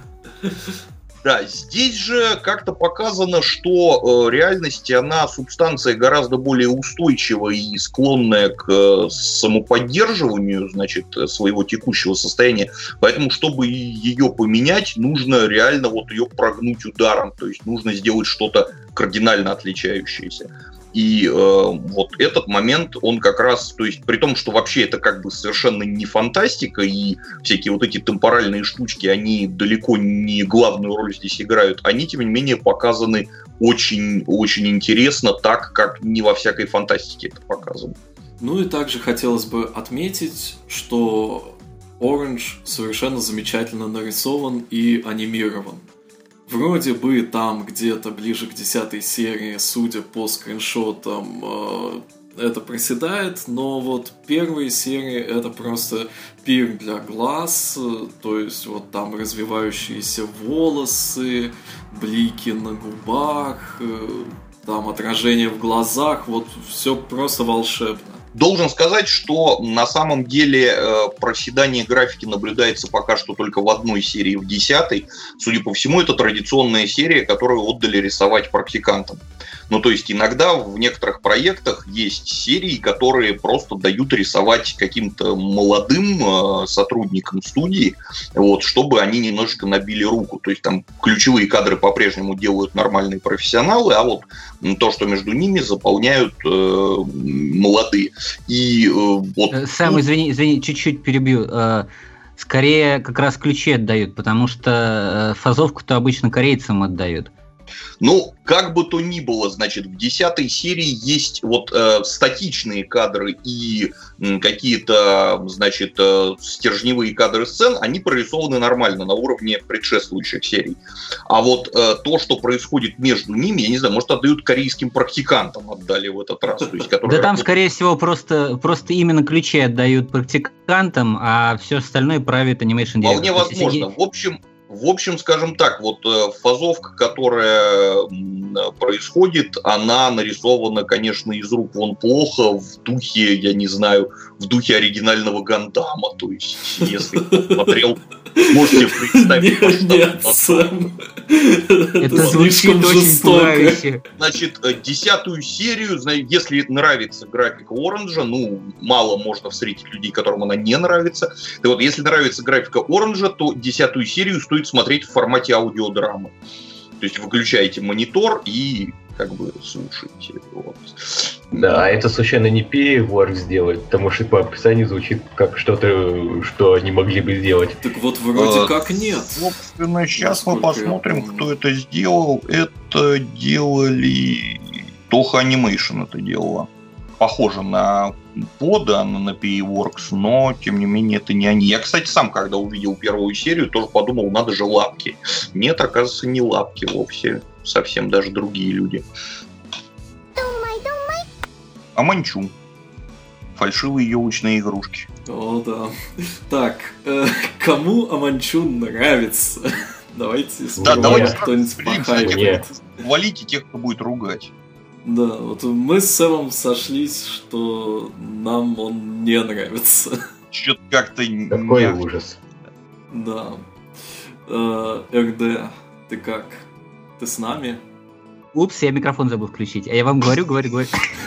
[SPEAKER 1] Да, здесь же как-то показано, что э, реальность, она субстанция гораздо более устойчивая и склонная к э, самоподдерживанию, значит, своего текущего состояния. Поэтому, чтобы ее поменять, нужно реально вот ее прогнуть ударом, то есть нужно сделать что-то кардинально отличающееся. И э, вот этот момент, он как раз, то есть при том, что вообще это как бы совершенно не фантастика, и всякие вот эти темпоральные штучки, они далеко не главную роль здесь играют, они, тем не менее, показаны очень-очень интересно, так, как не во всякой фантастике это показано.
[SPEAKER 4] Ну и также хотелось бы отметить, что Orange совершенно замечательно нарисован и анимирован. Вроде бы там где-то ближе к десятой серии, судя по скриншотам, э, это проседает, но вот первые серии это просто пир для глаз, э, то есть вот там развивающиеся волосы, блики на губах, э, там отражение в глазах, вот все просто волшебно.
[SPEAKER 1] Должен сказать, что на самом деле э, проседание графики наблюдается пока что только в одной серии, в десятой. Судя по всему, это традиционная серия, которую отдали рисовать практикантам. Ну, то есть иногда в некоторых проектах есть серии, которые просто дают рисовать каким-то молодым э, сотрудникам студии, вот, чтобы они немножечко набили руку. То есть там ключевые кадры по-прежнему делают нормальные профессионалы, а вот то, что между ними, заполняют э, молодые. И, э, вот,
[SPEAKER 2] Сэм, извини, извини, чуть-чуть перебью. Скорее как раз ключи отдают, потому что фазовку-то обычно корейцам отдают.
[SPEAKER 1] Ну, как бы то ни было, значит, в десятой серии есть вот э, статичные кадры и э, какие-то, значит, э, стержневые кадры сцен, они прорисованы нормально, на уровне предшествующих серий. А вот э, то, что происходит между ними, я не знаю, может, отдают корейским практикантам, отдали в этот раз. То есть,
[SPEAKER 2] да там, работают... скорее всего, просто, просто именно ключи отдают практикантам, а все остальное правит анимейшн директор.
[SPEAKER 1] Вполне возможно. В общем... В общем, скажем так, вот э, фазовка, которая э, происходит, она нарисована, конечно, из рук вон плохо, в духе, я не знаю, в духе оригинального Гандама. То есть, если кто смотрел, можете представить.
[SPEAKER 4] Нет, Сэм.
[SPEAKER 2] Это звучит очень пугающе.
[SPEAKER 1] Значит, десятую серию, если нравится графика Оранжа, ну, мало можно встретить людей, которым она не нравится. И вот, если нравится графика Оранжа, то десятую серию стоит смотреть в формате аудиодрамы. То есть выключаете монитор и как бы слушаете. Вот.
[SPEAKER 3] Да, это совершенно не переворк сделать, потому что по описанию звучит как что-то, что они могли бы сделать.
[SPEAKER 4] Так вот, вроде а, как нет.
[SPEAKER 1] Собственно, сейчас мы посмотрим, кто это сделал. Это делали... Toho Animation это делала. Похоже на Пода, на P-Works, но, тем не менее, это не они. Я, кстати, сам, когда увидел первую серию, тоже подумал, надо же лапки. Нет, оказывается, не лапки вовсе. Совсем даже другие люди. Аманчу. Фальшивые елочные игрушки.
[SPEAKER 4] О, да. Так, э, кому Аманчу нравится? Давайте
[SPEAKER 1] да, давайте
[SPEAKER 4] кто-нибудь похайпит.
[SPEAKER 1] Валите тех, кто будет ругать.
[SPEAKER 4] Да, вот мы с Сэмом сошлись, что нам он не нравится.
[SPEAKER 1] Что-то как-то...
[SPEAKER 3] Какой ужас.
[SPEAKER 4] Да. Э, эр дэ, ты как? Ты с нами?
[SPEAKER 2] Упс, я микрофон забыл включить. А я вам говорю, говорю, говорю.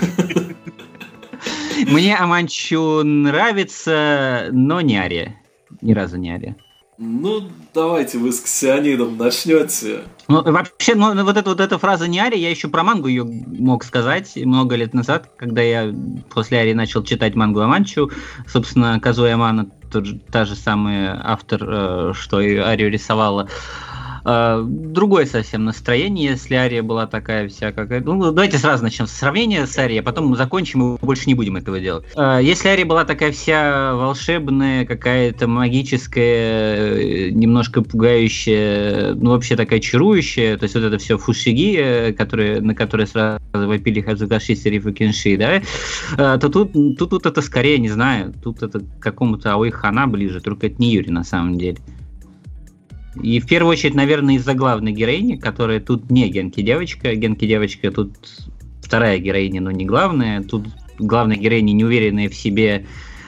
[SPEAKER 2] Мне Аманчу нравится, но не Ария. Ни разу не Ария.
[SPEAKER 4] Ну, давайте вы с Ксионидом начнете.
[SPEAKER 2] Ну, вообще, ну, вот эта вот эта фраза не Ария, я еще про мангу ее мог сказать много лет назад, когда я после Арии начал читать мангу Аманчу. Собственно, Казуя Амано, тот же, та же самая автор, что и Арию рисовала. э, другое совсем настроение, если Ария была такая вся какая... Ну, давайте сразу начнем с сравнения с Арией, а потом мы закончим и больше не будем этого делать. Э, если Ария была такая вся волшебная, какая-то магическая, немножко пугающая, ну, вообще такая чарующая, то есть вот это все фушиги, которые, на которые сразу вопили Хазугаши, Сериф и Кенши, да, э, то тут, тут, тут это скорее, не знаю, тут это к какому-то Аой Хана ближе, только это не Юри на самом деле. И в первую очередь, наверное, из-за главной героини, которая тут не Генки-девочка. Генки-девочка тут вторая героиня, но не главная. Тут главная героиня неуверенная в себе,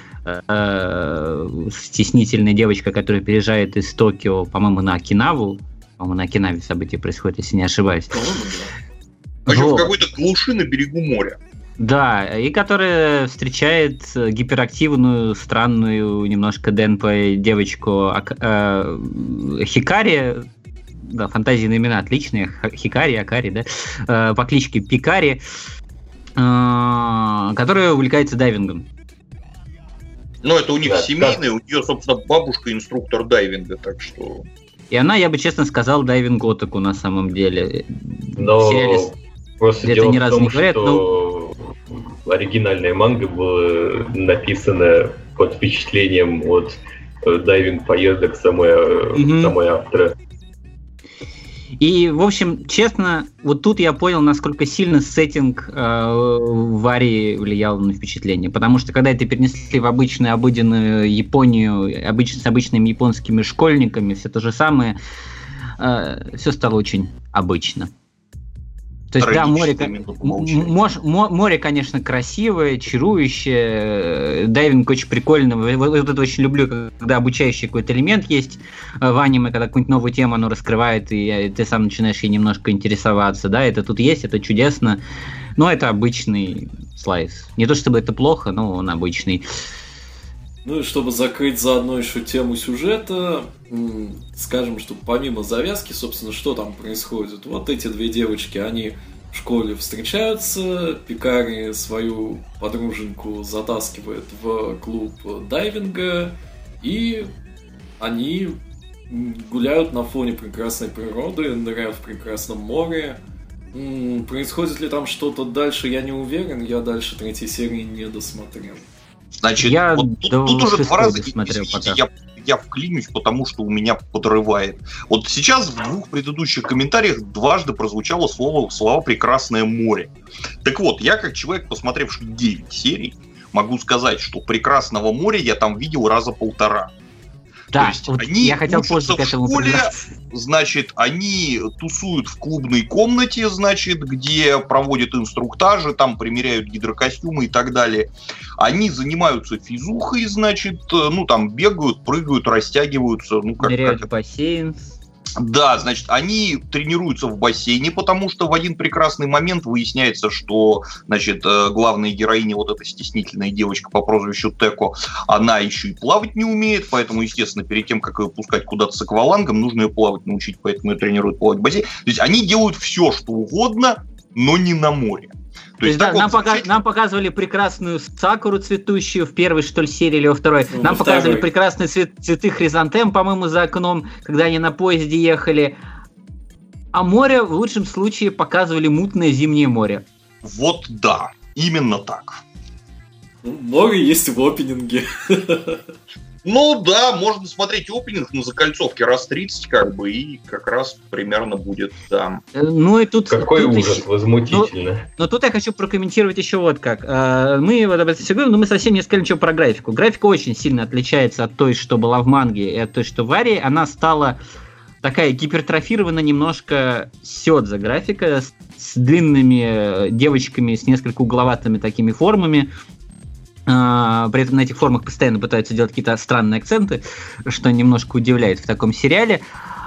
[SPEAKER 2] э, стеснительная девочка, которая переезжает из Токио, по-моему, на Окинаву. По-моему, на Окинаве события происходят, если не ошибаюсь.
[SPEAKER 1] Причем в какой-то глуши на берегу моря.
[SPEAKER 2] Да, и которая встречает гиперактивную, странную, немножко денпо девочку э, Хикари, да, фантазийные имена отличные, Хикари, Акари, да, э, по кличке Пикари, э, которая увлекается дайвингом.
[SPEAKER 1] Ну, это у них
[SPEAKER 3] да,
[SPEAKER 1] семейное, у нее, собственно, бабушка инструктор дайвинга, так что...
[SPEAKER 2] И она, я бы честно сказал, дайвинг-отаку на самом деле.
[SPEAKER 3] Но
[SPEAKER 2] сериале...
[SPEAKER 3] просто
[SPEAKER 2] это
[SPEAKER 3] дело
[SPEAKER 2] ни
[SPEAKER 3] в
[SPEAKER 2] разу
[SPEAKER 3] том,
[SPEAKER 2] не говорят,
[SPEAKER 3] что но... оригинальная манга была написана под впечатлением от дайвинг-поездок самой, mm-hmm. самой автора.
[SPEAKER 2] И, в общем, честно, вот тут я понял, насколько сильно сеттинг э, в Арии влиял на впечатление. Потому что, когда это перенесли в обычную, обыденную Японию, обыч, с обычными японскими школьниками, все то же самое, э, все стало очень обычно. То есть, да, море, мож, море, конечно, красивое, чарующее, дайвинг очень прикольный. Вот это очень люблю, когда обучающий какой-то элемент есть в аниме, когда какую-нибудь новую тему оно раскрывает, и ты сам начинаешь ей немножко интересоваться. Да, это тут есть, это чудесно, но это обычный слайс. Не то чтобы это плохо, но он обычный.
[SPEAKER 4] Ну и чтобы закрыть заодно еще тему сюжета, скажем, что помимо завязки, собственно, что там происходит? Вот эти две девочки, они в школе встречаются, Пикари свою подруженьку затаскивает в клуб дайвинга, и они гуляют на фоне прекрасной природы, ныряют в прекрасном море. Происходит ли там что-то дальше, я не уверен, я дальше третьей серии не досмотрел.
[SPEAKER 1] Значит,
[SPEAKER 2] я
[SPEAKER 1] вот тут, тут уже два раза,
[SPEAKER 2] смотрел,
[SPEAKER 1] извините, я, я вклинюсь, потому что у меня подрывает. Вот сейчас в двух предыдущих комментариях дважды прозвучало слово, слова «прекрасное море». Так вот, я как человек, посмотревший девять серий, могу сказать, что «прекрасного моря» я там видел раза полтора.
[SPEAKER 2] Да,
[SPEAKER 1] то есть
[SPEAKER 2] вот
[SPEAKER 1] они
[SPEAKER 2] я хотел позже к этому
[SPEAKER 1] школе, значит, они тусуют в клубной комнате, значит, где проводят инструктажи, там примеряют гидрокостюмы и так далее. Они занимаются физухой, значит, ну там бегают, прыгают, растягиваются. Ну, как,
[SPEAKER 2] ныряют
[SPEAKER 1] как...
[SPEAKER 2] в бассейн.
[SPEAKER 1] Да, значит, они тренируются в бассейне, потому что в один прекрасный момент выясняется, что, значит, главная героиня, вот эта стеснительная девочка по прозвищу Теко, она еще и плавать не умеет, поэтому, естественно, перед тем, как ее пускать куда-то с аквалангом, нужно ее плавать научить, поэтому ее тренируют плавать в бассейне. То есть они делают все, что угодно, но не на море.
[SPEAKER 2] То, То есть, да, нам, пока, нам показывали прекрасную сакуру цветущую в первой, что ли, серии или во второй. Ну, нам показывали второй. прекрасные цвет, цветы хризантем, по-моему, за окном, когда они на поезде ехали. А море в лучшем случае показывали мутное зимнее море.
[SPEAKER 1] Вот да, именно так.
[SPEAKER 4] Море есть в опенинге.
[SPEAKER 1] Ну да, можно смотреть опенинг на закольцовке раз тридцать, как бы, и как раз примерно будет там.
[SPEAKER 2] Ну и тут...
[SPEAKER 3] Какой
[SPEAKER 2] тут
[SPEAKER 3] ужас,
[SPEAKER 2] еще...
[SPEAKER 3] возмутительно.
[SPEAKER 2] Но, но тут я хочу прокомментировать еще вот как. Мы вот об этом все говорим, но мы совсем не сказали ничего про графику. Графика очень сильно отличается от той, что была в манге, и от той, что в Арии. Она стала такая гипертрофирована немножко сёдза графика, с, с длинными девочками, с несколько угловатыми такими формами. Uh, при этом на этих формах постоянно пытаются делать какие-то странные акценты, что немножко удивляет в таком сериале.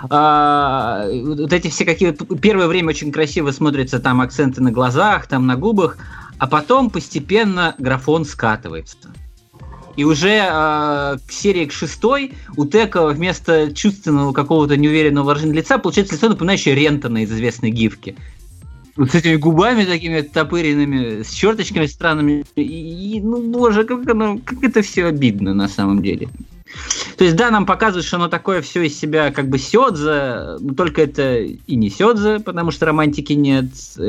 [SPEAKER 2] Uh, вот эти все какие... Первое время очень красиво смотрятся там акценты на глазах, там на губах, а потом постепенно графон скатывается. И уже uh, к серии к шестой у Теко вместо чувственного какого-то неуверенного выражения лица получается лицо, напоминающее Рентона из известной гифки. Вот с этими губами такими оттопыренными, с черточками странными. И, и, ну, боже, как, оно, как это все обидно на самом деле. То есть, да, нам показывают, что оно такое все из себя как бы сёдзе, но только это и не сёдзе, потому что романтики нет,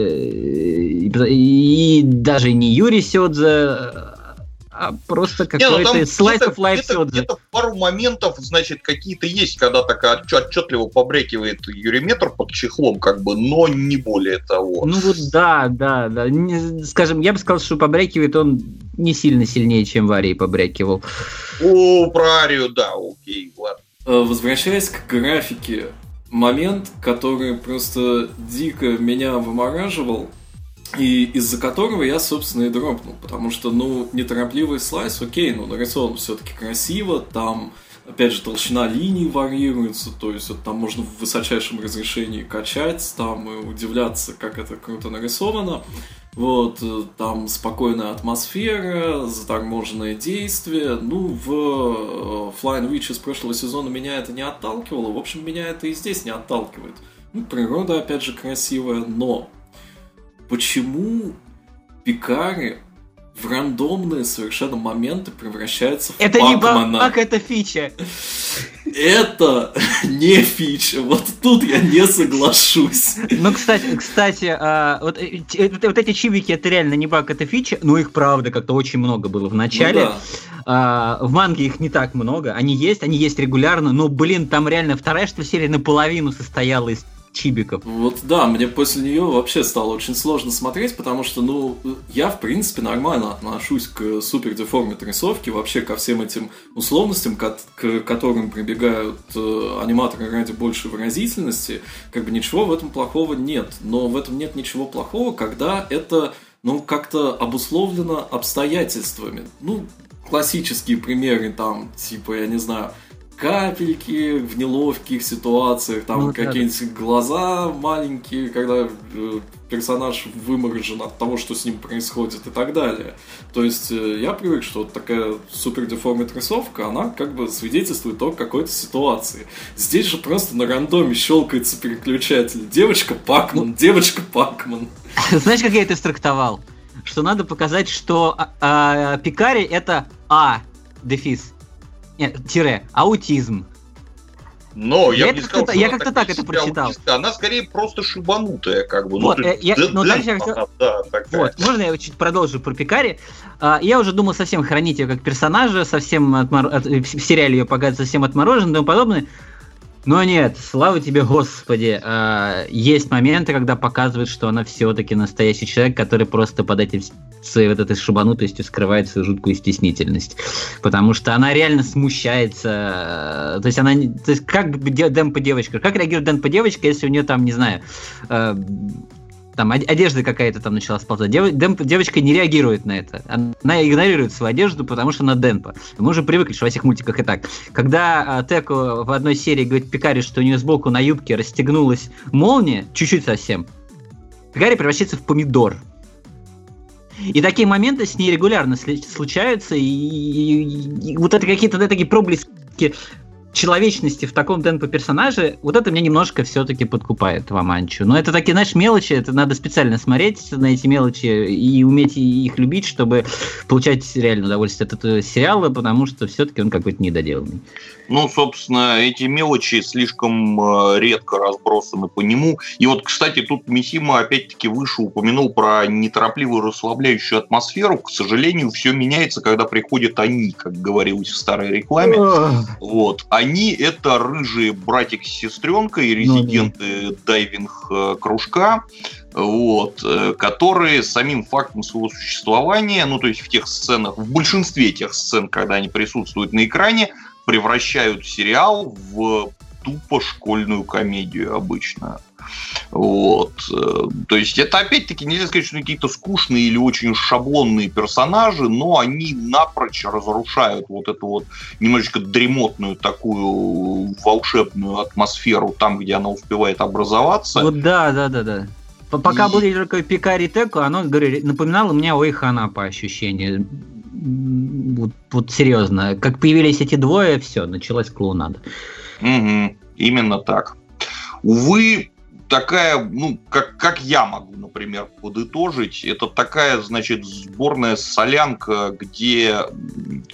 [SPEAKER 2] и, и даже не Юрий сёдзе, а просто какой-то slice of life сёдзе.
[SPEAKER 1] Где-то пару моментов, значит, какие-то есть, когда так отчетливо побрякивает Юриметр под чехлом, как бы, но не более того.
[SPEAKER 2] Ну вот да, да, да. Не, скажем, я бы сказал, что побрякивает он не сильно сильнее, чем в Арии побрякивал.
[SPEAKER 1] О, про Арию, да, окей, ладно.
[SPEAKER 4] Возвращаясь к графике, момент, который просто дико меня вымораживал, и из-за которого я, собственно, и дропнул. Потому что, ну, неторопливый слайс, окей, но нарисован все-таки красиво, там, опять же, толщина линий варьируется, то есть вот, там можно в высочайшем разрешении качать, там, и удивляться, как это круто нарисовано. Вот, там спокойная атмосфера, заторможенное действие. Ну, в Flying Witch из прошлого сезона меня это не отталкивало, в общем, меня это и здесь не отталкивает. Ну, природа, опять же, красивая, но почему Пикари в рандомные совершенно моменты превращаются в
[SPEAKER 2] это
[SPEAKER 4] Пакмана?
[SPEAKER 2] Это не баг, это фича.
[SPEAKER 4] Это не фича. Вот тут я не соглашусь.
[SPEAKER 2] Ну, кстати, кстати, вот, вот эти чибики, это реально не баг, это фича, но их, правда, как-то очень много было в начале. Ну, да. В манге их не так много. Они есть, они есть регулярно, но, блин, там реально вторая, что серия наполовину состояла из чибиков.
[SPEAKER 4] Вот да, мне после нее вообще стало очень сложно смотреть, потому что, ну, я, в принципе, нормально отношусь к супер деформит рисовке, вообще ко всем этим условностям, к, к которым прибегают э, аниматоры ради большей выразительности, как бы ничего в этом плохого нет. Но в этом нет ничего плохого, когда это, ну, как-то обусловлено обстоятельствами. Ну, классические примеры там, типа, я не знаю, капельки в неловких ситуациях, там ну, какие-нибудь да. глаза маленькие, когда э, персонаж выморожен от того, что с ним происходит и так далее. То есть э, я привык, что вот такая супер деформит рисовка, она как бы свидетельствует о какой-то ситуации. Здесь же просто на рандоме щелкается переключатель. Девочка Пакман, ну, девочка Пакман.
[SPEAKER 2] Знаешь, как я это истрактовал? Что надо показать, что а, а, Пикари это А, дефис. Нет, тире, аутизм.
[SPEAKER 1] Но я,
[SPEAKER 2] я
[SPEAKER 1] бы не
[SPEAKER 2] сказал,
[SPEAKER 1] сказал,
[SPEAKER 2] я как-то так это прочитал.
[SPEAKER 1] Аутистка, она скорее просто шибанутая, как бы.
[SPEAKER 2] Вот,
[SPEAKER 1] ну,
[SPEAKER 2] э, я, ну, дальше я хотел...
[SPEAKER 1] да,
[SPEAKER 2] вот, можно я чуть продолжу про Пикари? А, я уже думал совсем хранить ее как персонажа, совсем отмор... от... в сериале ее показывать совсем отмороженной и тому подобное. Но нет, слава тебе, Господи, а, есть моменты, когда показывают, что она все-таки настоящий человек, который просто под этим своей вот этой шибанутостью скрывает свою жуткую стеснительность. Потому что она реально смущается. То есть она, то есть как Дэмпа девочка, как реагирует Дэмпа девочка, если у нее там, не знаю, э, там одежда какая-то там начала сползать. Дев, Дэмпа, девочка не реагирует на это. Она игнорирует свою одежду, потому что она Дэмпа. Мы уже привыкли, что во всех мультиках и так. Когда э, Теко в одной серии говорит Пикари, что у нее сбоку на юбке расстегнулась молния, чуть-чуть совсем, Пикари превращается в помидор. И такие моменты с ней регулярно случаются, и, и, и вот это какие-то вот такие проблески человечности в таком темпе персонаже, вот это меня немножко все-таки подкупает в Аманчу. Но это такие, знаешь, мелочи, это надо специально смотреть на эти мелочи и уметь их любить, чтобы получать реально удовольствие от этого сериала, потому что все-таки он какой-то недоделанный.
[SPEAKER 1] Ну, собственно, эти мелочи слишком э, редко разбросаны по нему. И вот, кстати, тут Мисима опять-таки выше упомянул про неторопливую расслабляющую атмосферу. К сожалению, все меняется, когда приходят они, как говорилось в старой рекламе. Вот. Они — это рыжие братик с сестренкой, резиденты дайвинг-кружка, вот, которые самим фактом своего существования, ну, то есть в тех сценах, в большинстве тех сцен, когда они присутствуют на экране, превращают сериал в тупо школьную комедию обычно. Вот. То есть это опять-таки нельзя сказать, что какие-то скучные или очень шаблонные персонажи, но они напрочь разрушают вот эту вот немножечко дремотную такую волшебную атмосферу там, где она успевает образоваться.
[SPEAKER 2] Вот да, да, да, да. Пока и... были только Пикари и Теко, оно, говорю, напоминало мне Ойхана по ощущению. Вот, вот серьезно. Как появились эти двое, все, началась клоунада.
[SPEAKER 1] Угу, именно так. Увы, такая, ну, как, как я могу, например, подытожить, это такая, значит, сборная солянка, где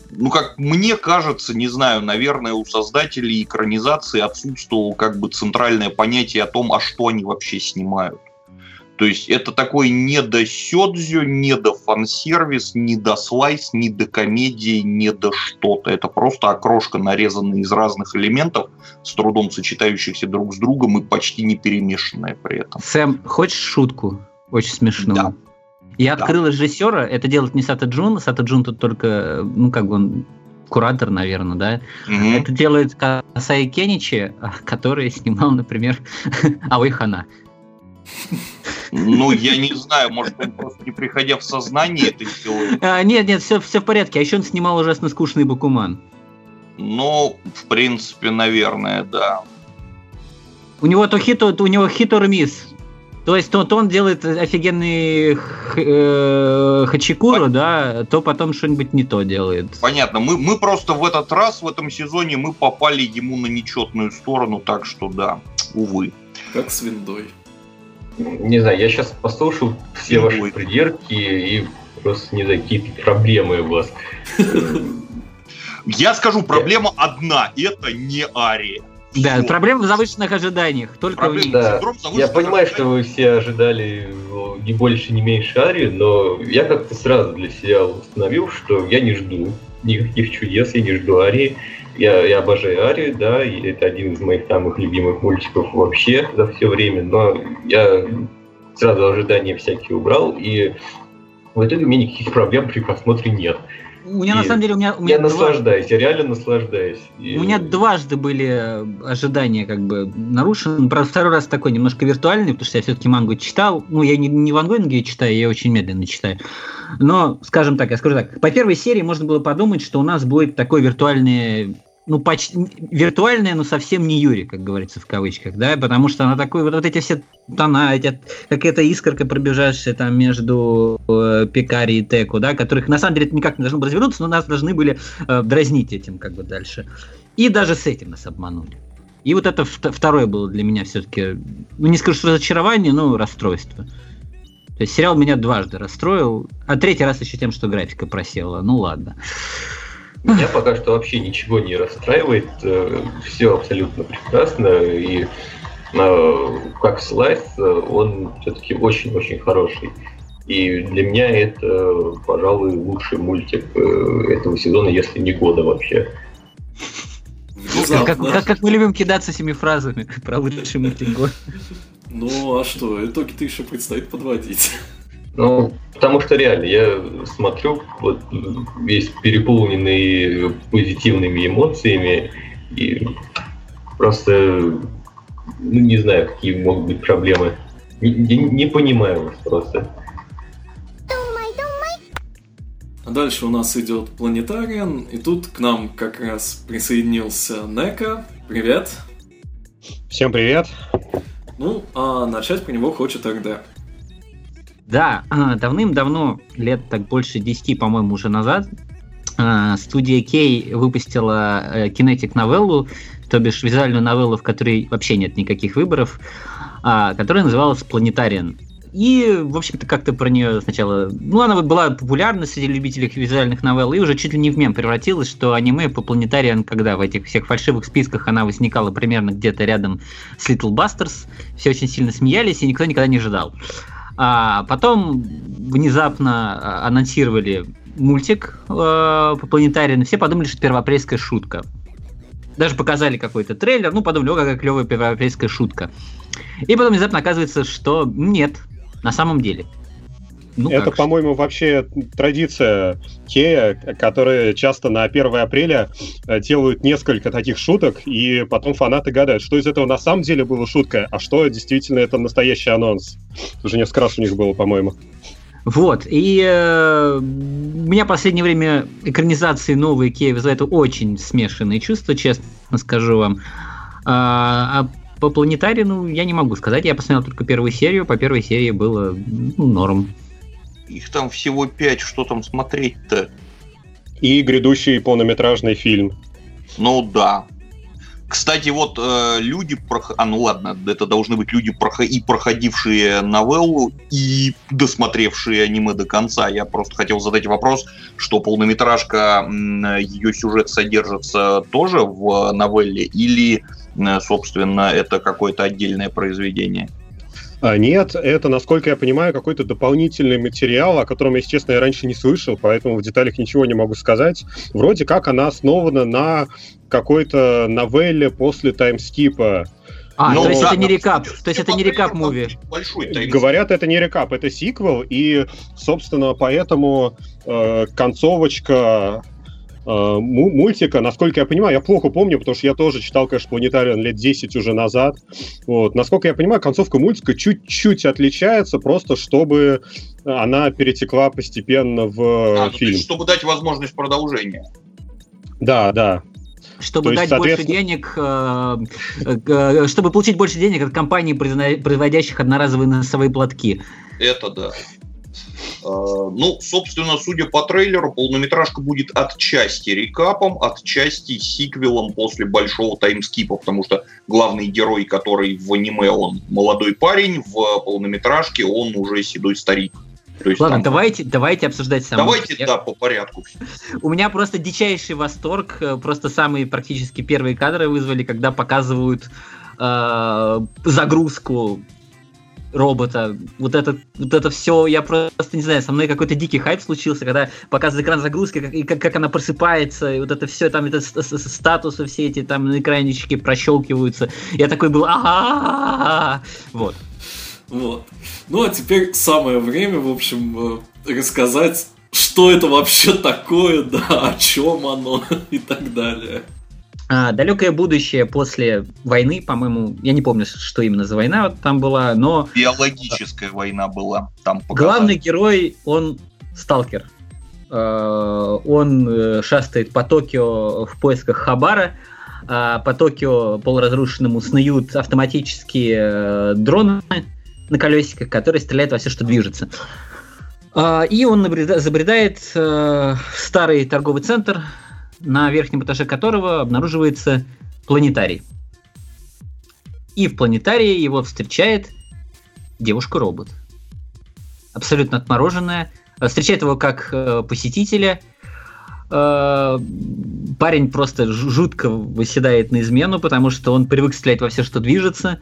[SPEAKER 1] ну, как мне кажется, не знаю, наверное, у создателей экранизации отсутствовало как бы центральное понятие о том, а что они вообще снимают. То есть это такой не до сёдзю, не до фан-сервис, не до слайс, не до комедии, не до что-то. Это просто окрошка, нарезанная из разных элементов, с трудом сочетающихся друг с другом и почти не перемешанная при этом.
[SPEAKER 2] Сэм, хочешь шутку? Очень смешную.
[SPEAKER 1] Да.
[SPEAKER 2] Я
[SPEAKER 1] да.
[SPEAKER 2] открыл режиссера, это делает не Сато Джун. Сато Джун тут только, ну, как бы он куратор, наверное, да? Mm-hmm. Это делает Касаи Кеничи, который снимал, например, Аой Хана.
[SPEAKER 1] Ну, я не знаю, может, он просто не приходя в сознание это делает.
[SPEAKER 2] А, нет, нет, все, все в порядке. А еще он снимал ужасно скучный Бакуман.
[SPEAKER 1] Ну, в принципе, наверное, да.
[SPEAKER 2] У него то хит, то у него хит or miss. То есть то, то он делает офигенный х, э, хачикуру, да, то потом что-нибудь не то делает.
[SPEAKER 1] Понятно. Мы, мы просто в этот раз, в этом сезоне, мы попали ему на нечетную сторону, так что да, увы.
[SPEAKER 4] Как с виндой.
[SPEAKER 3] Не знаю, я сейчас послушал все Виндой. Ваши придирки и просто не знаю, какие-то проблемы у вас.
[SPEAKER 1] Я скажу, проблема одна, это не Ария.
[SPEAKER 2] Да, проблема в завышенных ожиданиях. Только в
[SPEAKER 3] да. Я понимаю, что вы все ожидали не больше, не меньше Арию, но я как-то сразу для себя установил, что я не жду никаких чудес, я не жду Арии. Я, я обожаю Арию, да, и это один из моих самых любимых мультиков вообще за все время, но я сразу ожидания всякие убрал, и в итоге у меня никаких проблем при просмотре нет.
[SPEAKER 2] У меня, и на самом деле, у меня... У
[SPEAKER 3] меня
[SPEAKER 2] я
[SPEAKER 3] дважды... наслаждаюсь, я реально наслаждаюсь. И...
[SPEAKER 2] У меня дважды были ожидания как бы нарушены. Правда, второй раз такой немножко виртуальный, потому что я все-таки мангу читал. Ну, я не, не в ангоинге читаю, я очень медленно читаю. Но, скажем так, я скажу так, по первой серии можно было подумать, что у нас будет такой виртуальный... Ну, почти виртуальная, но совсем не Юри, как говорится в кавычках, да, потому что она такой, вот, вот эти все тона, эти, какая-то искорка, пробежавшая там между э, Пикари и Теку, да, которых на самом деле никак не должно было развернуться, но нас должны были э, дразнить этим как бы дальше. И даже с этим нас обманули. И вот это второе было для меня все-таки, ну, не скажу, что разочарование, но расстройство. То есть сериал меня дважды расстроил, а третий раз еще тем, что графика просела. Ну ладно.
[SPEAKER 3] Меня пока что вообще ничего не расстраивает, все абсолютно прекрасно, и как слайс он все-таки очень-очень хороший. И для меня это, пожалуй, лучший мультик этого сезона, если не года вообще.
[SPEAKER 2] Как, как, как мы любим кидаться этими фразами про лучший мультик года.
[SPEAKER 4] Ну а что, итоги-то еще предстоит подводить.
[SPEAKER 3] Ну, потому что реально, я смотрю, вот весь переполненный позитивными эмоциями, и просто, ну, не знаю, какие могут быть проблемы. Не, не, не понимаю вас просто.
[SPEAKER 4] А дальше у нас идет Планетариан, и тут к нам как раз присоединился Нека. Привет.
[SPEAKER 5] Всем привет.
[SPEAKER 4] Ну, а начать про него хочет эр дэ.
[SPEAKER 2] Да, давным-давно, лет так больше десяти, по-моему, уже назад, студия Кей выпустила кинетик-новеллу, то бишь визуальную новеллу, в которой вообще нет никаких выборов, которая называлась «Планетариан». И, в общем-то, как-то про нее сначала... Ну, она была популярна среди любителей визуальных новелл, и уже чуть ли не в мем превратилась, что аниме по Планетариан, когда в этих всех фальшивых списках она возникала примерно где-то рядом с Little Busters, все очень сильно смеялись, и никто никогда не ожидал. А потом внезапно анонсировали мультик э, по Планетариану, все подумали, что это первоапрельская шутка. Даже показали какой-то трейлер, ну, подумали, о, какая клевая первоапрельская шутка. И потом внезапно оказывается, что нет, на самом деле. Ну,
[SPEAKER 5] это,
[SPEAKER 2] как?
[SPEAKER 5] по-моему, вообще традиция Кея, которые часто на первое апреля делают несколько таких шуток, и потом фанаты гадают, что из этого на самом деле было шуткой, а что действительно это настоящий анонс. Уже несколько раз у них было, по-моему.
[SPEAKER 2] Вот, и э, у меня в последнее время экранизации новые Кея вызывают очень смешанные чувства, честно скажу вам. А, а по Планетарину я не могу сказать, я посмотрел только первую серию, по первой серии было, ну, норм.
[SPEAKER 1] Их там всего пять, что там смотреть-то?
[SPEAKER 5] И грядущий полнометражный фильм.
[SPEAKER 1] Ну да. Кстати, вот э, люди, прох... а ну ладно, это должны быть люди прох... и проходившие новеллу, и досмотревшие аниме до конца. Я просто хотел задать вопрос, что полнометражка, ее сюжет содержится тоже в новелле, или, собственно, это какое-то отдельное произведение?
[SPEAKER 5] А, нет, это, насколько я понимаю, какой-то дополнительный материал, о котором, если честно, я раньше не слышал, поэтому в деталях ничего не могу сказать. Вроде как она основана на какой-то новелле после таймскипа.
[SPEAKER 2] А,
[SPEAKER 5] Но...
[SPEAKER 2] то есть
[SPEAKER 5] да,
[SPEAKER 2] это не рекап, то есть это не рекап-муви.
[SPEAKER 5] Говорят, это не рекап, это сиквел, и, собственно, поэтому э, концовочка э, мультика, насколько я понимаю, я плохо помню, потому что я тоже читал, конечно, Планетариан лет десять уже назад. Вот. Насколько я понимаю, концовка мультика чуть-чуть отличается, просто чтобы она перетекла постепенно в
[SPEAKER 1] а,
[SPEAKER 5] фильм.
[SPEAKER 1] Ну, чтобы дать возможность продолжения.
[SPEAKER 5] Да, да.
[SPEAKER 2] Чтобы дать соответственно... больше денег, э, э, чтобы получить больше денег от компаний, производящих одноразовые носовые платки.
[SPEAKER 1] Это да. Ну, собственно, судя по трейлеру, полнометражка будет отчасти рекапом, отчасти сиквелом после большого таймскипа, потому что главный герой, который в аниме, он молодой парень, в полнометражке он уже седой старик. То есть
[SPEAKER 2] Ладно,
[SPEAKER 1] там...
[SPEAKER 2] давайте, давайте обсуждать сам.
[SPEAKER 1] Давайте,
[SPEAKER 2] я...
[SPEAKER 1] да, по порядку.
[SPEAKER 2] У меня просто дичайший восторг, просто самые практически первые кадры вызвали, когда показывают э, загрузку робота. Вот это, вот это все, я просто не знаю, со мной какой-то дикий хайп случился, когда показывают экран загрузки, как, и как, как она просыпается, и вот это все, там это статусы все эти там на экранчике прощелкиваются. Я такой был, ага, вот.
[SPEAKER 4] Вот. Ну, а теперь самое время, в общем, рассказать, что это вообще такое, да, о чем оно и так далее.
[SPEAKER 2] А, далекое будущее после войны, по-моему, я не помню, что именно за война там была, но...
[SPEAKER 1] Биологическая война была. Там
[SPEAKER 2] главный герой, он сталкер. Он шастает по Токио в поисках хабара. По Токио полуразрушенному снуют автоматические дроны на колесиках, которые стреляют во все, что движется. И он забредает в старый торговый центр, на верхнем этаже которого обнаруживается планетарий. И в планетарии его встречает девушка-робот. Абсолютно отмороженная. Встречает его как посетителя. Парень просто жутко выседает на измену, потому что он привык стрелять во все, что движется.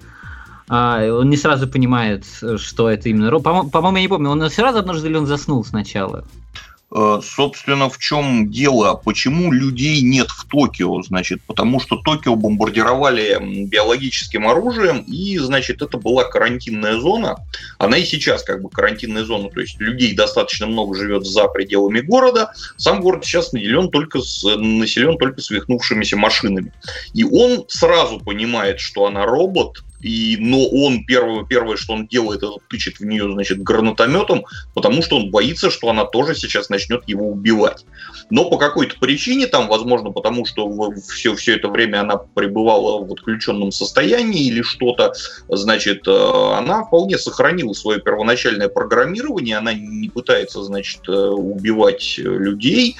[SPEAKER 2] Он не сразу понимает, что это именно робот. По-моему, по-моему, я не помню, он сразу обнаружил, или он заснул сначала?
[SPEAKER 1] Собственно, в чем дело? Почему людей нет в Токио? Значит, потому что Токио бомбардировали биологическим оружием, и, значит, это была карантинная зона. Она и сейчас как бы карантинная зона, то есть людей достаточно много живет за пределами города. Сам город сейчас наделен только с, населен только свихнувшимися машинами. И он сразу понимает, что она робот. И, но он первое, первое, что он делает, это тычет в нее, значит, гранатометом, потому что он боится, что она тоже сейчас начнет его убивать. Но по какой-то причине, там, возможно, потому что все, все это время она пребывала в отключенном состоянии или что-то, значит, она вполне сохранила свое первоначальное программирование, она не пытается, значит, убивать людей.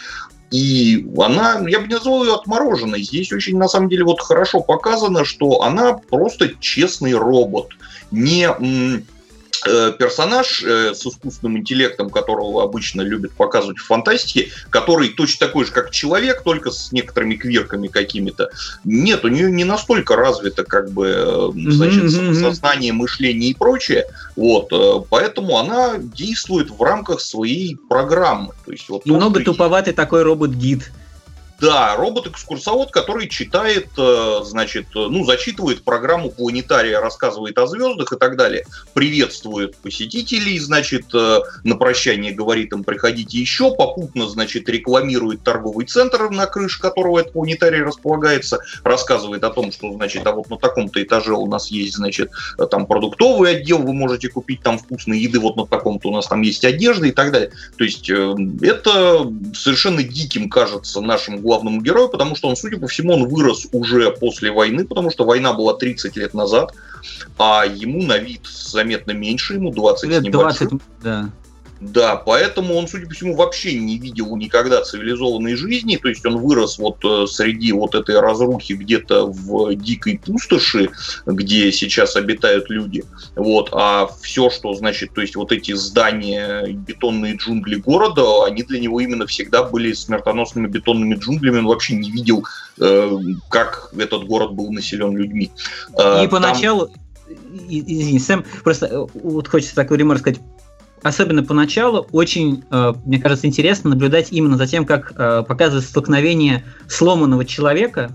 [SPEAKER 1] И она, я бы не назвал ее отмороженной. Здесь очень, на самом деле, вот хорошо показано, что она просто честный робот. Не м- э, персонаж э, с искусственным интеллектом, которого обычно любят показывать в фантастике, который точно такой же, как человек, только с некоторыми квирками какими-то. Нет, у нее не настолько развито, как бы, э, значит, mm-hmm. сознание, мышление и прочее. Вот, э, поэтому она действует в рамках своей программы. То есть, вот,
[SPEAKER 2] немного
[SPEAKER 1] то,
[SPEAKER 2] туповатый есть... такой робот-гид.
[SPEAKER 1] Да, робот-экскурсовод, который читает, значит, ну, зачитывает программу планетария, рассказывает о звездах и так далее, приветствует посетителей, значит, на прощание говорит им: приходите еще, попутно, значит, рекламирует торговый центр, на крыше которого этот планетарий располагается, рассказывает о том, что, значит, а вот на таком-то этаже у нас есть, значит, там продуктовый отдел, вы можете купить там вкусные еды, вот на таком-то у нас там есть одежда и так далее. То есть это совершенно диким кажется нашим главному герою, потому что он, судя по всему, он вырос уже после войны, потому что война была тридцать лет назад, а ему на вид заметно меньше, ему двадцать с небольшим.
[SPEAKER 2] Да.
[SPEAKER 1] Да, поэтому он, судя по всему, вообще не видел никогда цивилизованной жизни, то есть он вырос вот э, среди вот этой разрухи где-то в дикой пустоши, где сейчас обитают люди, вот, а все, что, значит, то есть вот эти здания, бетонные джунгли города, они для него именно всегда были смертоносными бетонными джунглями, он вообще не видел, э, как этот город был населен людьми.
[SPEAKER 2] Э, И поначалу, там... извини, Сэм, просто вот хочется такой ремарк сказать. Особенно поначалу очень, мне кажется, интересно наблюдать именно за тем, как показывается столкновение сломанного человека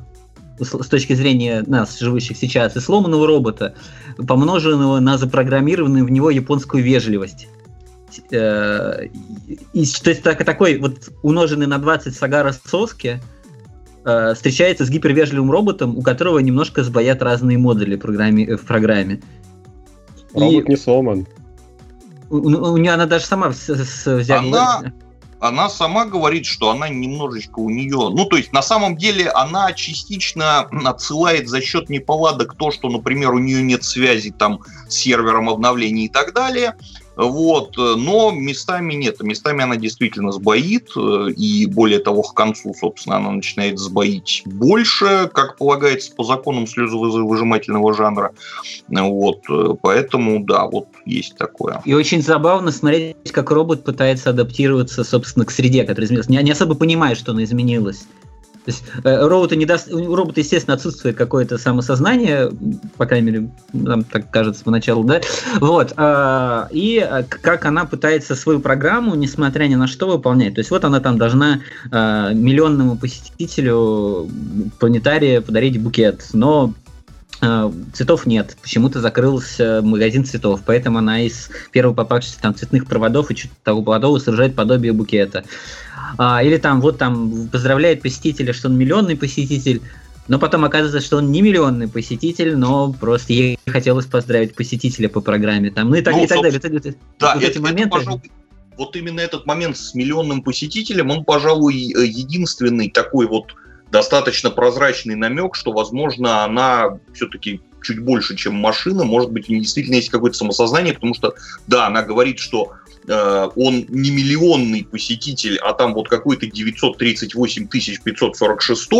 [SPEAKER 2] с точки зрения нас, живущих сейчас, и сломанного робота, помноженного на запрограммированную в него японскую вежливость. И, то есть такой вот умноженный на двадцать Сагара Соски встречается с гипервежливым роботом, у которого немножко сбоят разные модули в программе. В программе.
[SPEAKER 5] Робот и... не сломан.
[SPEAKER 2] У, у нее она даже сама с, с,
[SPEAKER 1] она, она сама говорит, что она немножечко у нее... Ну, то есть, на самом деле, она частично отсылает за счет неполадок то, что, например, у нее нет связи там с сервером обновлений и так далее. Вот, но местами нет. Местами она действительно сбоит, и более того, к концу, собственно, она начинает сбоить больше, как полагается по законам слезовыжимательного жанра. Вот, поэтому, да, вот есть такое.
[SPEAKER 2] И очень забавно смотреть, как робот пытается адаптироваться, собственно, к среде, которая изменилась. Не, не особо понимает, что она изменилась. То есть э, робота не даст, у робота, естественно, отсутствует какое-то самосознание, по крайней мере, нам так кажется поначалу, да. Вот. Э, и как она пытается свою программу, несмотря ни на что, выполнять. То есть вот она там должна э, миллионному посетителю планетария подарить букет, но э, цветов нет. Почему-то закрылся магазин цветов, поэтому она из первого попавшихся там цветных проводов и чуть того плодового сооружает подобие букета. А, или там вот там поздравляет посетителя, что он миллионный посетитель, но потом оказывается, что он не миллионный посетитель, но просто ей хотелось поздравить посетителя по программе. Там, ну и так, ну, и так далее.
[SPEAKER 1] Да, вот это, эти моменты... это, пожалуй, вот именно этот момент с миллионным посетителем, он, пожалуй, единственный такой вот достаточно прозрачный намек, что, возможно, она все-таки чуть больше, чем машина, может быть, у нее действительно есть какое-то самосознание, потому что, да, она говорит, что он не миллионный посетитель, а там вот какой-то девятьсот тридцать восемь тысяч пятьсот сорок шесть,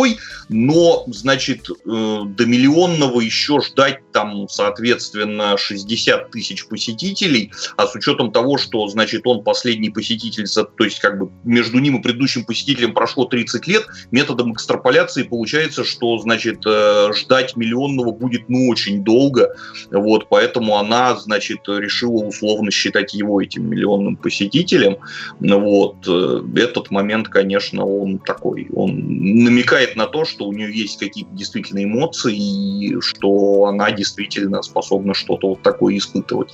[SPEAKER 1] но, значит, до миллионного еще ждать там, соответственно, шестьдесят тысяч посетителей, а с учетом того, что, значит, он последний посетитель, то есть как бы между ним и предыдущим посетителем прошло тридцать лет, методом экстраполяции получается, что, значит, ждать миллионного будет, ну, очень долго, вот, поэтому она, значит, решила условно считать его этим миллионным посетителем. Вот. Этот момент, конечно, он такой. Он намекает на то, что у нее есть какие-то действительно эмоции, и что она действительно способна что-то вот такое испытывать.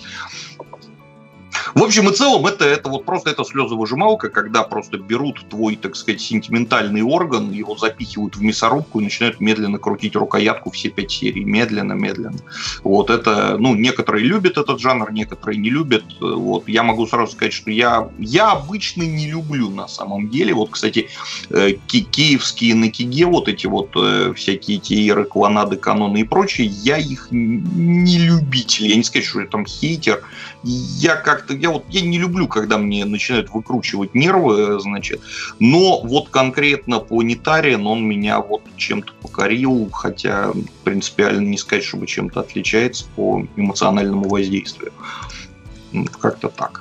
[SPEAKER 1] В общем и целом, это, это вот просто это слезовыжималка, когда просто берут твой, так сказать, сентиментальный орган, его запихивают в мясорубку и начинают медленно крутить рукоятку все пять серий. Медленно, медленно. Вот это, ну, некоторые любят этот жанр, некоторые не любят. Вот. Я могу сразу сказать, что я, я обычно не люблю на самом деле. Вот, кстати, ки- киевские на Киге, вот эти вот всякие тиеры, клонады, каноны и прочее, я их не любитель. Я не скажу, что я там хейтер. Я как-то, я вот я не люблю, когда мне начинают выкручивать нервы, значит, но вот конкретно Планетариан, он меня вот чем-то покорил, хотя принципиально не сказать, чтобы чем-то отличается по эмоциональному воздействию. Как-то так.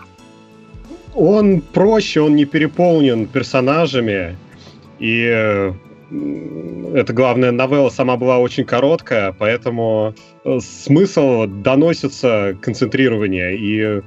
[SPEAKER 5] Он проще, он не переполнен персонажами, и эта главная новелла сама была очень короткая, поэтому смысл доносится концентрирование, и,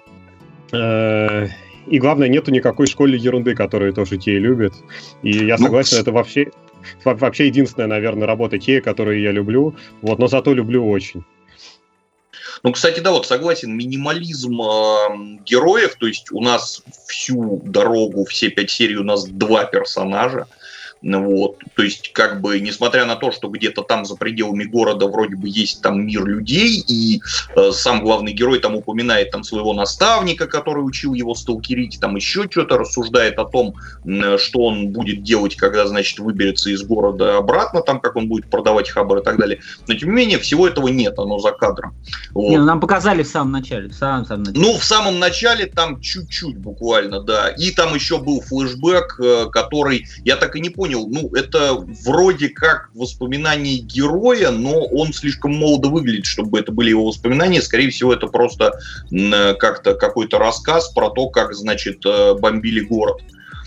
[SPEAKER 5] э, и главное, нету никакой школьной ерунды, которую тоже Кей любит. И я согласен, ну, это вообще, вообще единственная, наверное, работа Кея, которую я люблю, вот, но зато люблю очень.
[SPEAKER 1] Ну, кстати, да, вот согласен, минимализм э, героев, то есть у нас всю дорогу, все пять серий у нас два персонажа. Вот. То есть, как бы, несмотря на то, что где-то там за пределами города вроде бы есть там мир людей, и э, сам главный герой там упоминает там своего наставника, который учил его сталкерить, там еще что-то рассуждает о том, э, что он будет делать, когда, значит, выберется из города обратно, там, как он будет продавать хабар и так далее. Но, тем не менее, всего этого нет, оно за кадром. Вот.
[SPEAKER 2] Не, ну, нам показали в самом начале, в самом, самом начале.
[SPEAKER 1] Ну, в самом начале там чуть-чуть буквально, да. И там еще был флешбэк, э, который, я так и не понял, ну, это вроде как воспоминания героя, но он слишком молодо выглядит, чтобы это были его воспоминания. Скорее всего, это просто как-то какой-то рассказ про то, как, значит, бомбили город.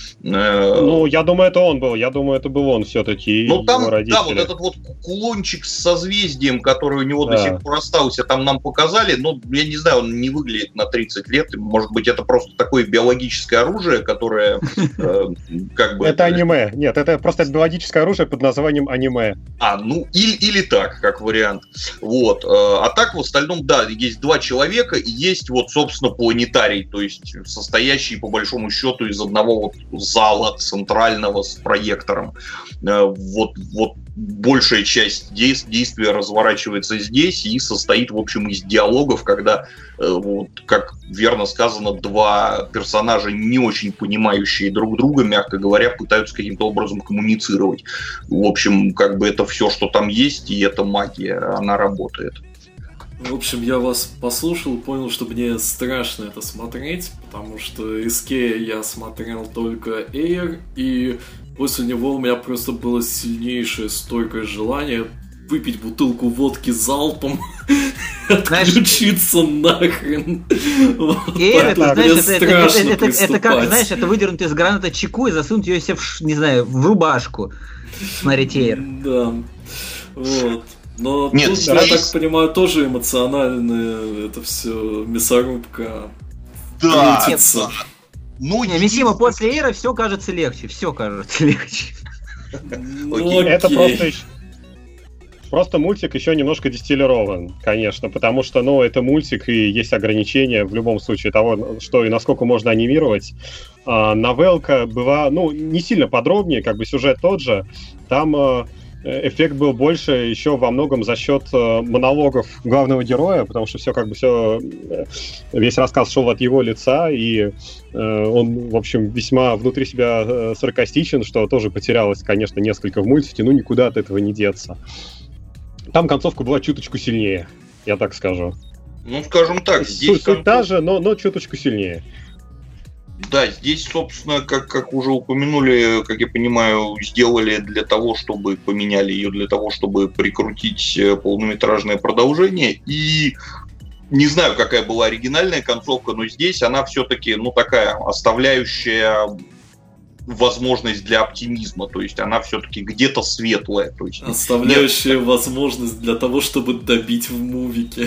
[SPEAKER 5] Ну, я думаю, это он был. Я думаю, это был он все-таки.
[SPEAKER 1] Ну, там, да, вот этот вот кулончик с созвездием, который у него да. до сих пор остался, там нам показали. Ну, я не знаю, он не выглядит на тридцать лет. Может быть, это просто такое биологическое оружие, которое как бы...
[SPEAKER 5] Это аниме. Нет, это просто биологическое оружие под названием аниме.
[SPEAKER 1] А, ну, или так, как вариант. Вот. А так, в остальном, да, есть два человека, и есть вот, собственно, планетарий, то есть состоящий, по большому счету, из одного вот зала центрального с проектором. Вот, вот большая часть действия разворачивается здесь и состоит, в общем, из диалогов, когда, вот, как верно сказано, два персонажа, не очень понимающие друг друга, мягко говоря, пытаются каким-то образом коммуницировать. В общем, как бы это все, что там есть, и это магия, она работает.
[SPEAKER 4] В общем, я вас послушал, понял, что мне страшно это смотреть, потому что из Кея я смотрел только Эйр, и после него у меня просто было сильнейшее стойкое желание выпить бутылку водки залпом, отключиться нахрен.
[SPEAKER 2] Эйр, это, знаешь, это, это, это, это, это как, знаешь, это выдернуть из граната чеку и засунуть ее себе, в, не знаю, в рубашку. Смотрите, Эйр.
[SPEAKER 4] Да, вот. Но
[SPEAKER 1] Нет,
[SPEAKER 4] тут,
[SPEAKER 1] здесь...
[SPEAKER 4] я так понимаю, тоже эмоционально это все мясорубка
[SPEAKER 1] да,
[SPEAKER 4] крутится.
[SPEAKER 1] Ну,
[SPEAKER 2] не, Мисима, после Эйра все кажется легче, все кажется легче.
[SPEAKER 4] Ну,
[SPEAKER 5] это просто еще... Просто мультик еще немножко дистиллирован, конечно, потому что, ну, это мультик, и есть ограничения в любом случае того, что и насколько можно анимировать. А, новелка была, ну, не сильно подробнее, как бы сюжет тот же. Там... эффект был больше еще во многом за счет э, монологов главного героя, потому что все как бы все, весь рассказ шел от его лица, и э, он, в общем, весьма внутри себя э, саркастичен, что тоже потерялось, конечно, несколько в мультике, но никуда от этого не деться. Там концовка была чуточку сильнее, я так скажу.
[SPEAKER 1] Ну, скажем так, здесь...
[SPEAKER 5] Суть, суть та же, но, но чуточку сильнее.
[SPEAKER 1] Да, здесь, собственно, как, как уже упомянули, как я понимаю, сделали для того, чтобы поменяли ее для того, чтобы прикрутить полнометражное продолжение. И не знаю, какая была оригинальная концовка, но здесь она все-таки, ну, такая, оставляющая возможность для оптимизма. То есть она все-таки где-то светлая. То есть
[SPEAKER 4] оставляющая нет... возможность для того, чтобы добить в мувике.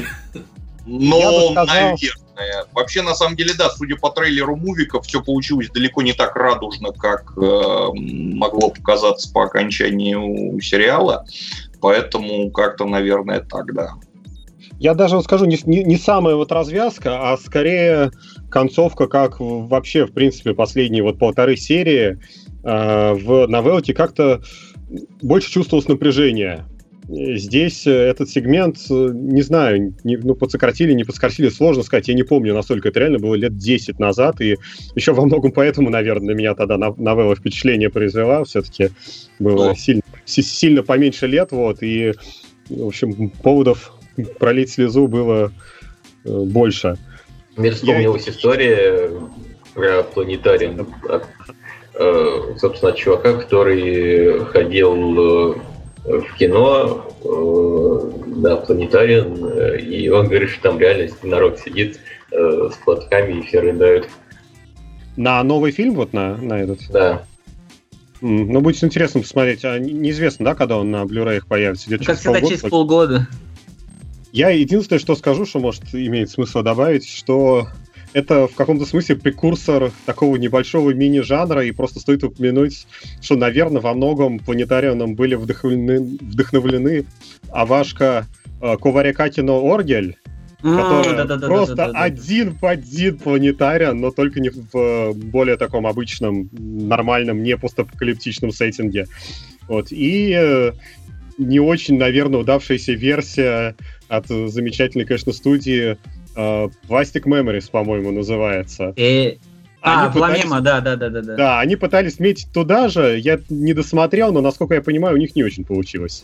[SPEAKER 1] Но, сказал... наверное. Вообще, на самом деле, да, судя по трейлеру мувика, все получилось далеко не так радужно, как э, могло показаться по окончанию сериала. Поэтому как-то, наверное, так, да.
[SPEAKER 5] Я даже вот скажу, не, не, не самая вот развязка, а скорее концовка, как вообще, в принципе, последние вот полторы серии э, в новелке как-то больше чувствовалось напряжение. Здесь этот сегмент, не знаю, не, ну, подсократили, не подсократили, сложно сказать, я не помню, насколько это реально было лет десять назад, и еще во многом поэтому, наверное, на меня тогда новелла впечатление произвела, все-таки было сильно, сильно поменьше лет, вот, и, в общем, поводов пролить слезу было э, больше.
[SPEAKER 3] Мне вспомнилась я... история про планетарий, э, собственно, чувака, который ходил... в кино, э, да, планетариан, э, и он говорит, что там реально народ сидит э, с платками и все рыдают.
[SPEAKER 5] На новый фильм вот на, на этот?
[SPEAKER 3] Да.
[SPEAKER 5] Mm, ну, будет интересно посмотреть. А неизвестно, да, когда он на Blu-ray появится? Где-то
[SPEAKER 2] как всегда, через полгода.
[SPEAKER 5] Я единственное, что скажу, что, может, имеет смысл добавить, что это в каком-то смысле прекурсор такого небольшого мини-жанра, и просто стоит упомянуть, что, наверное, во многом планетарианам были вдохновлены, вдохновлены Авашка э, Коварякатино Оргель, которая просто один в один планетариан, но только не в более таком обычном, нормальном, не постапокалиптичном сеттинге. Вот. И не очень, наверное, удавшаяся версия от замечательной, конечно, студии Plastic Memories, по-моему, называется.
[SPEAKER 2] И... А, Фламема, да, да, да, да.
[SPEAKER 5] Да, они пытались метить туда же, я не досмотрел, но, насколько я понимаю, у них не очень получилось.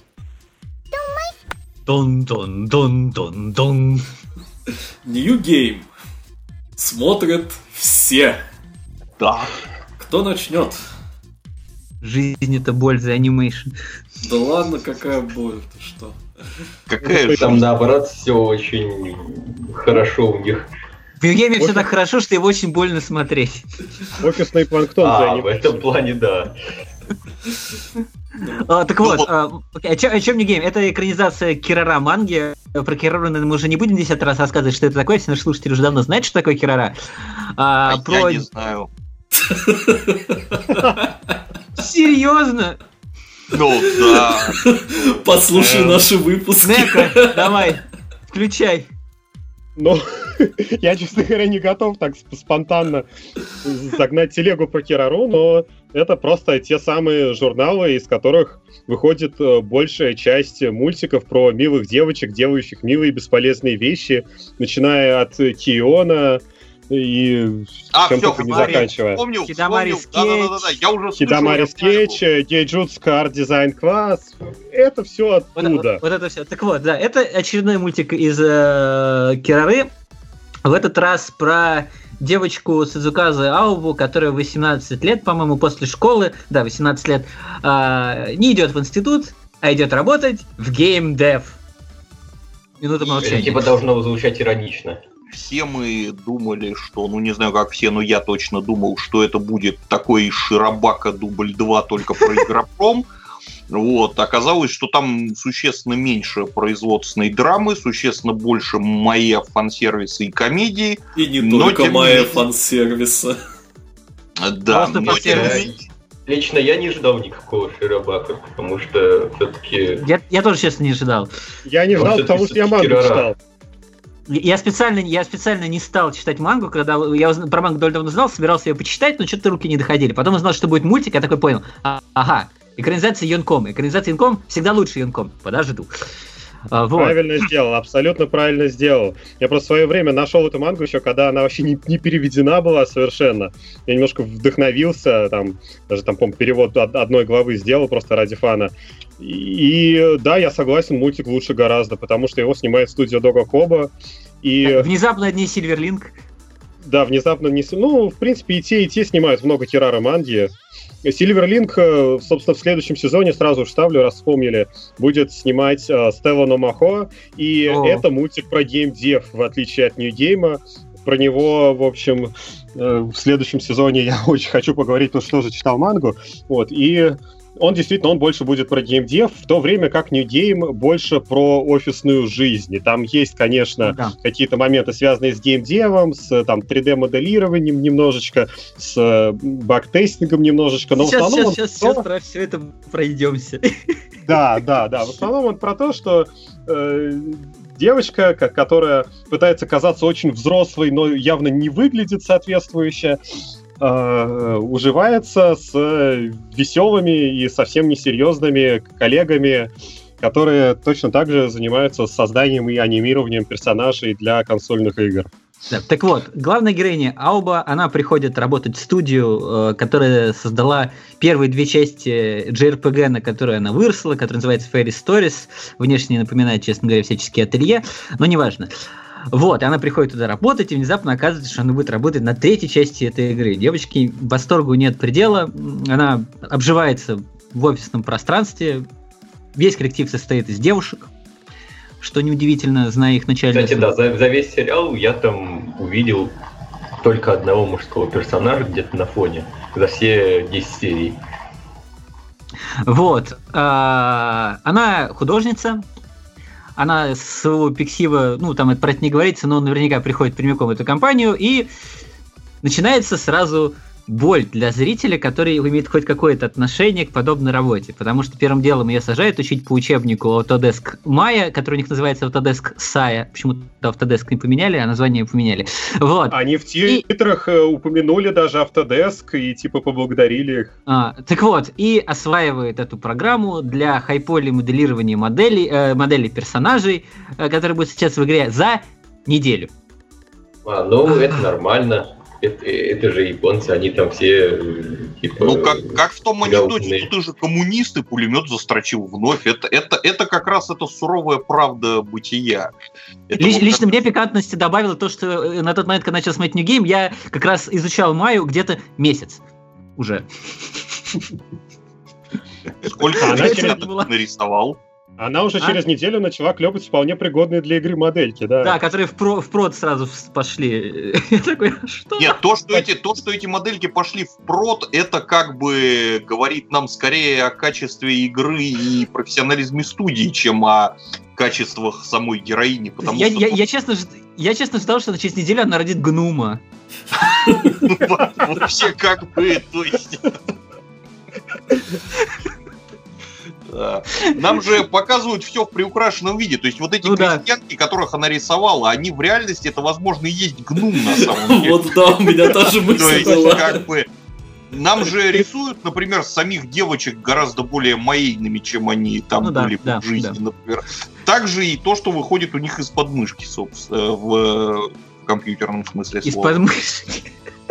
[SPEAKER 2] Дон-дон-дон-дон-дон.
[SPEAKER 4] New Game. Смотрят все.
[SPEAKER 1] Да.
[SPEAKER 4] Кто начнет?
[SPEAKER 2] Жизнь — это боль за анимейшн.
[SPEAKER 4] Да ладно, какая боль, ты что?
[SPEAKER 1] Какая же?
[SPEAKER 3] Там, наоборот, все очень хорошо у них.
[SPEAKER 2] В New Game все так хорошо, что его очень больно смотреть.
[SPEAKER 5] Офисный планктон за
[SPEAKER 3] А,
[SPEAKER 5] анимейшн.
[SPEAKER 3] в этом плане, да.
[SPEAKER 2] А, так вот, а, о чем, о чем New Game? Это экранизация Кирара манги. Про Кирару, наверное, мы уже не будем десять раз рассказывать, что это такое. Все наши слушатели уже давно знают, что такое Кирара. А,
[SPEAKER 1] А
[SPEAKER 2] про...
[SPEAKER 1] Я не знаю.
[SPEAKER 2] Серьезно?
[SPEAKER 1] Ну да.
[SPEAKER 4] Послушай наши выпуски.
[SPEAKER 2] Нека, давай, включай.
[SPEAKER 5] Ну, я, честно говоря, не готов так спонтанно загнать телегу про Кирару, но это просто те самые журналы, из которых выходит большая часть мультиков про милых девочек, делающих милые бесполезные вещи, начиная от Киона и
[SPEAKER 1] а,
[SPEAKER 5] чем
[SPEAKER 1] все,
[SPEAKER 5] только не заканчивая.
[SPEAKER 1] Вспомнил,
[SPEAKER 2] Хидамари
[SPEAKER 1] вспомнил. Да, да, да, да. Я уже
[SPEAKER 5] Хидамари Скетч, Гейджутс Кар Дизайн Класс. Это все оттуда.
[SPEAKER 2] Вот, вот, вот это все. Так вот, да, это очередной мультик из э, Кирары. В этот раз про девочку Сидзуказы Аобу, которая восемнадцать лет, по-моему, после школы, да, восемнадцать лет, э, не идет в институт, а идет работать в геймдев. Минута молчания.
[SPEAKER 3] Это типа должно звучать иронично.
[SPEAKER 1] Все мы думали, что, ну не знаю как все, но я точно думал, что это будет такой Широбака дубль два только про игропром. Вот, оказалось, что там существенно меньше производственной драмы, существенно больше моя фан-сервиса и комедии.
[SPEAKER 4] И не только моя фан-сервиса.
[SPEAKER 1] Да, но тем не менее...
[SPEAKER 3] Лично я не ждал никакого Широбака, потому что все-таки...
[SPEAKER 2] Я, я тоже, честно, не ожидал.
[SPEAKER 5] Я не ждал, потому что я мангу читал.
[SPEAKER 2] Я специально, я специально не стал читать мангу, когда я про мангу довольно давно знал, собирался ее почитать, но что-то руки не доходили. Потом узнал, что будет мультик, я такой понял, а, ага, экранизация Юнком. Экранизация Юнком всегда лучше Юнком. Подожду. А, вот.
[SPEAKER 5] Правильно сделал, абсолютно правильно сделал. Я просто в свое время нашел эту мангу еще, когда она вообще не, не переведена была совершенно. Я немножко вдохновился, там, даже там, по-моему, перевод одной главы сделал просто ради фана. И, и да, я согласен, мультик лучше гораздо, потому что его снимает студия Дога Коба. И...
[SPEAKER 2] Внезапно одни Сильверлинг.
[SPEAKER 5] Да, внезапно не... Ну, в принципе, и те, и те снимают много Кирара манги. Сильверлинг, собственно, в следующем сезоне, сразу вставлю, раз вспомнили, будет снимать Стелла Номахо, и О. это мультик про геймдев, в отличие от Нью-Гейма. Про него, в общем, в следующем сезоне я очень хочу поговорить, потому что тоже читал мангу. Вот, и он действительно, он больше будет про геймдев, в то время как New Game больше про офисную жизнь. И там есть, конечно, да. какие-то моменты, связанные с геймдевом, с там три дэ-моделированием немножечко, с бактестингом немножечко. Но
[SPEAKER 2] сейчас,
[SPEAKER 5] в основном
[SPEAKER 2] сейчас, сейчас,
[SPEAKER 5] про...
[SPEAKER 2] сейчас про все это пройдемся.
[SPEAKER 5] Да, да, да. В основном он про то, что э, девочка, которая пытается казаться очень взрослой, но явно не выглядит соответствующе, уживается с веселыми и совсем несерьезными коллегами, которые точно так же занимаются созданием и анимированием персонажей для консольных игр.
[SPEAKER 2] Да, так вот, главная героиня Аоба, она приходит работать в студию, которая создала первые две части джей ар пи джи, на которой она выросла, которая называется Fairy Stories. Внешне напоминает, честно говоря, всяческие ателье, но неважно. Вот, и она приходит туда работать, и внезапно оказывается, что она будет работать на третьей части этой игры. Девочки восторгу нет предела, она обживается в офисном пространстве, весь коллектив состоит из девушек, что неудивительно, зная их начальную...
[SPEAKER 3] Кстати, да, за, за весь сериал я там увидел только одного мужского персонажа где-то на фоне, за все десять серий.
[SPEAKER 2] Вот, а, она художница. Она с своего пиксива, ну, там это про это не говорится, но он наверняка приходит прямиком в эту компанию, и начинается сразу боль для зрителя, который имеет хоть какое-то отношение к подобной работе. Потому что первым делом ее сажают учить по учебнику Autodesk Maya, который у них называется Autodesk Saya. Почему-то Autodesk не поменяли, а название поменяли. Вот.
[SPEAKER 5] Они в титрах и... упомянули даже Autodesk и типа поблагодарили их.
[SPEAKER 2] А, так вот, и осваивает эту программу для хайполи моделирования моделей, э, моделей персонажей, э, которые будут сейчас в игре, за неделю.
[SPEAKER 3] А, ну, это нормально. Это, это же японцы, они там все типа...
[SPEAKER 1] Ну, как, как в том анекдоте, что ты же коммунист, и пулемет застрочил вновь. Это, это, это как раз это суровая правда бытия. Это
[SPEAKER 2] Лич,
[SPEAKER 1] вот
[SPEAKER 2] лично
[SPEAKER 1] как...
[SPEAKER 2] мне пикантности добавило то, что на тот момент, когда начал смотреть New Game, я как раз изучал Майю где-то месяц уже.
[SPEAKER 1] Сколько она тебе нарисовал?
[SPEAKER 5] Она уже
[SPEAKER 2] а?
[SPEAKER 5] через неделю начала клепать вполне пригодные для игры модельки, да.
[SPEAKER 2] Да, которые в, про, в прод сразу пошли. Я такой, что?
[SPEAKER 1] Нет, то что, эти, то, что эти модельки пошли в прод, это как бы говорит нам скорее о качестве игры и профессионализме студии, чем о качествах самой героини. Потому
[SPEAKER 2] я,
[SPEAKER 1] что
[SPEAKER 2] я,
[SPEAKER 1] тут...
[SPEAKER 2] я, честно, я честно ждал, что через неделю она родит гнума.
[SPEAKER 1] Вообще как бы, то есть... Нам же показывают все в приукрашенном виде. То есть вот эти ну, крестьянки, да. которых она рисовала, они в реальности, это, возможно, и есть гнум на самом деле.
[SPEAKER 2] Вот да, у меня тоже мысль была.
[SPEAKER 1] Как бы нам же рисуют, например, самих девочек гораздо более моейными, чем они там ну, были да, в жизни, да. например. Также и то, что выходит у них из-под мышки, собственно, в, в компьютерном смысле слова.
[SPEAKER 2] Из-под мышки.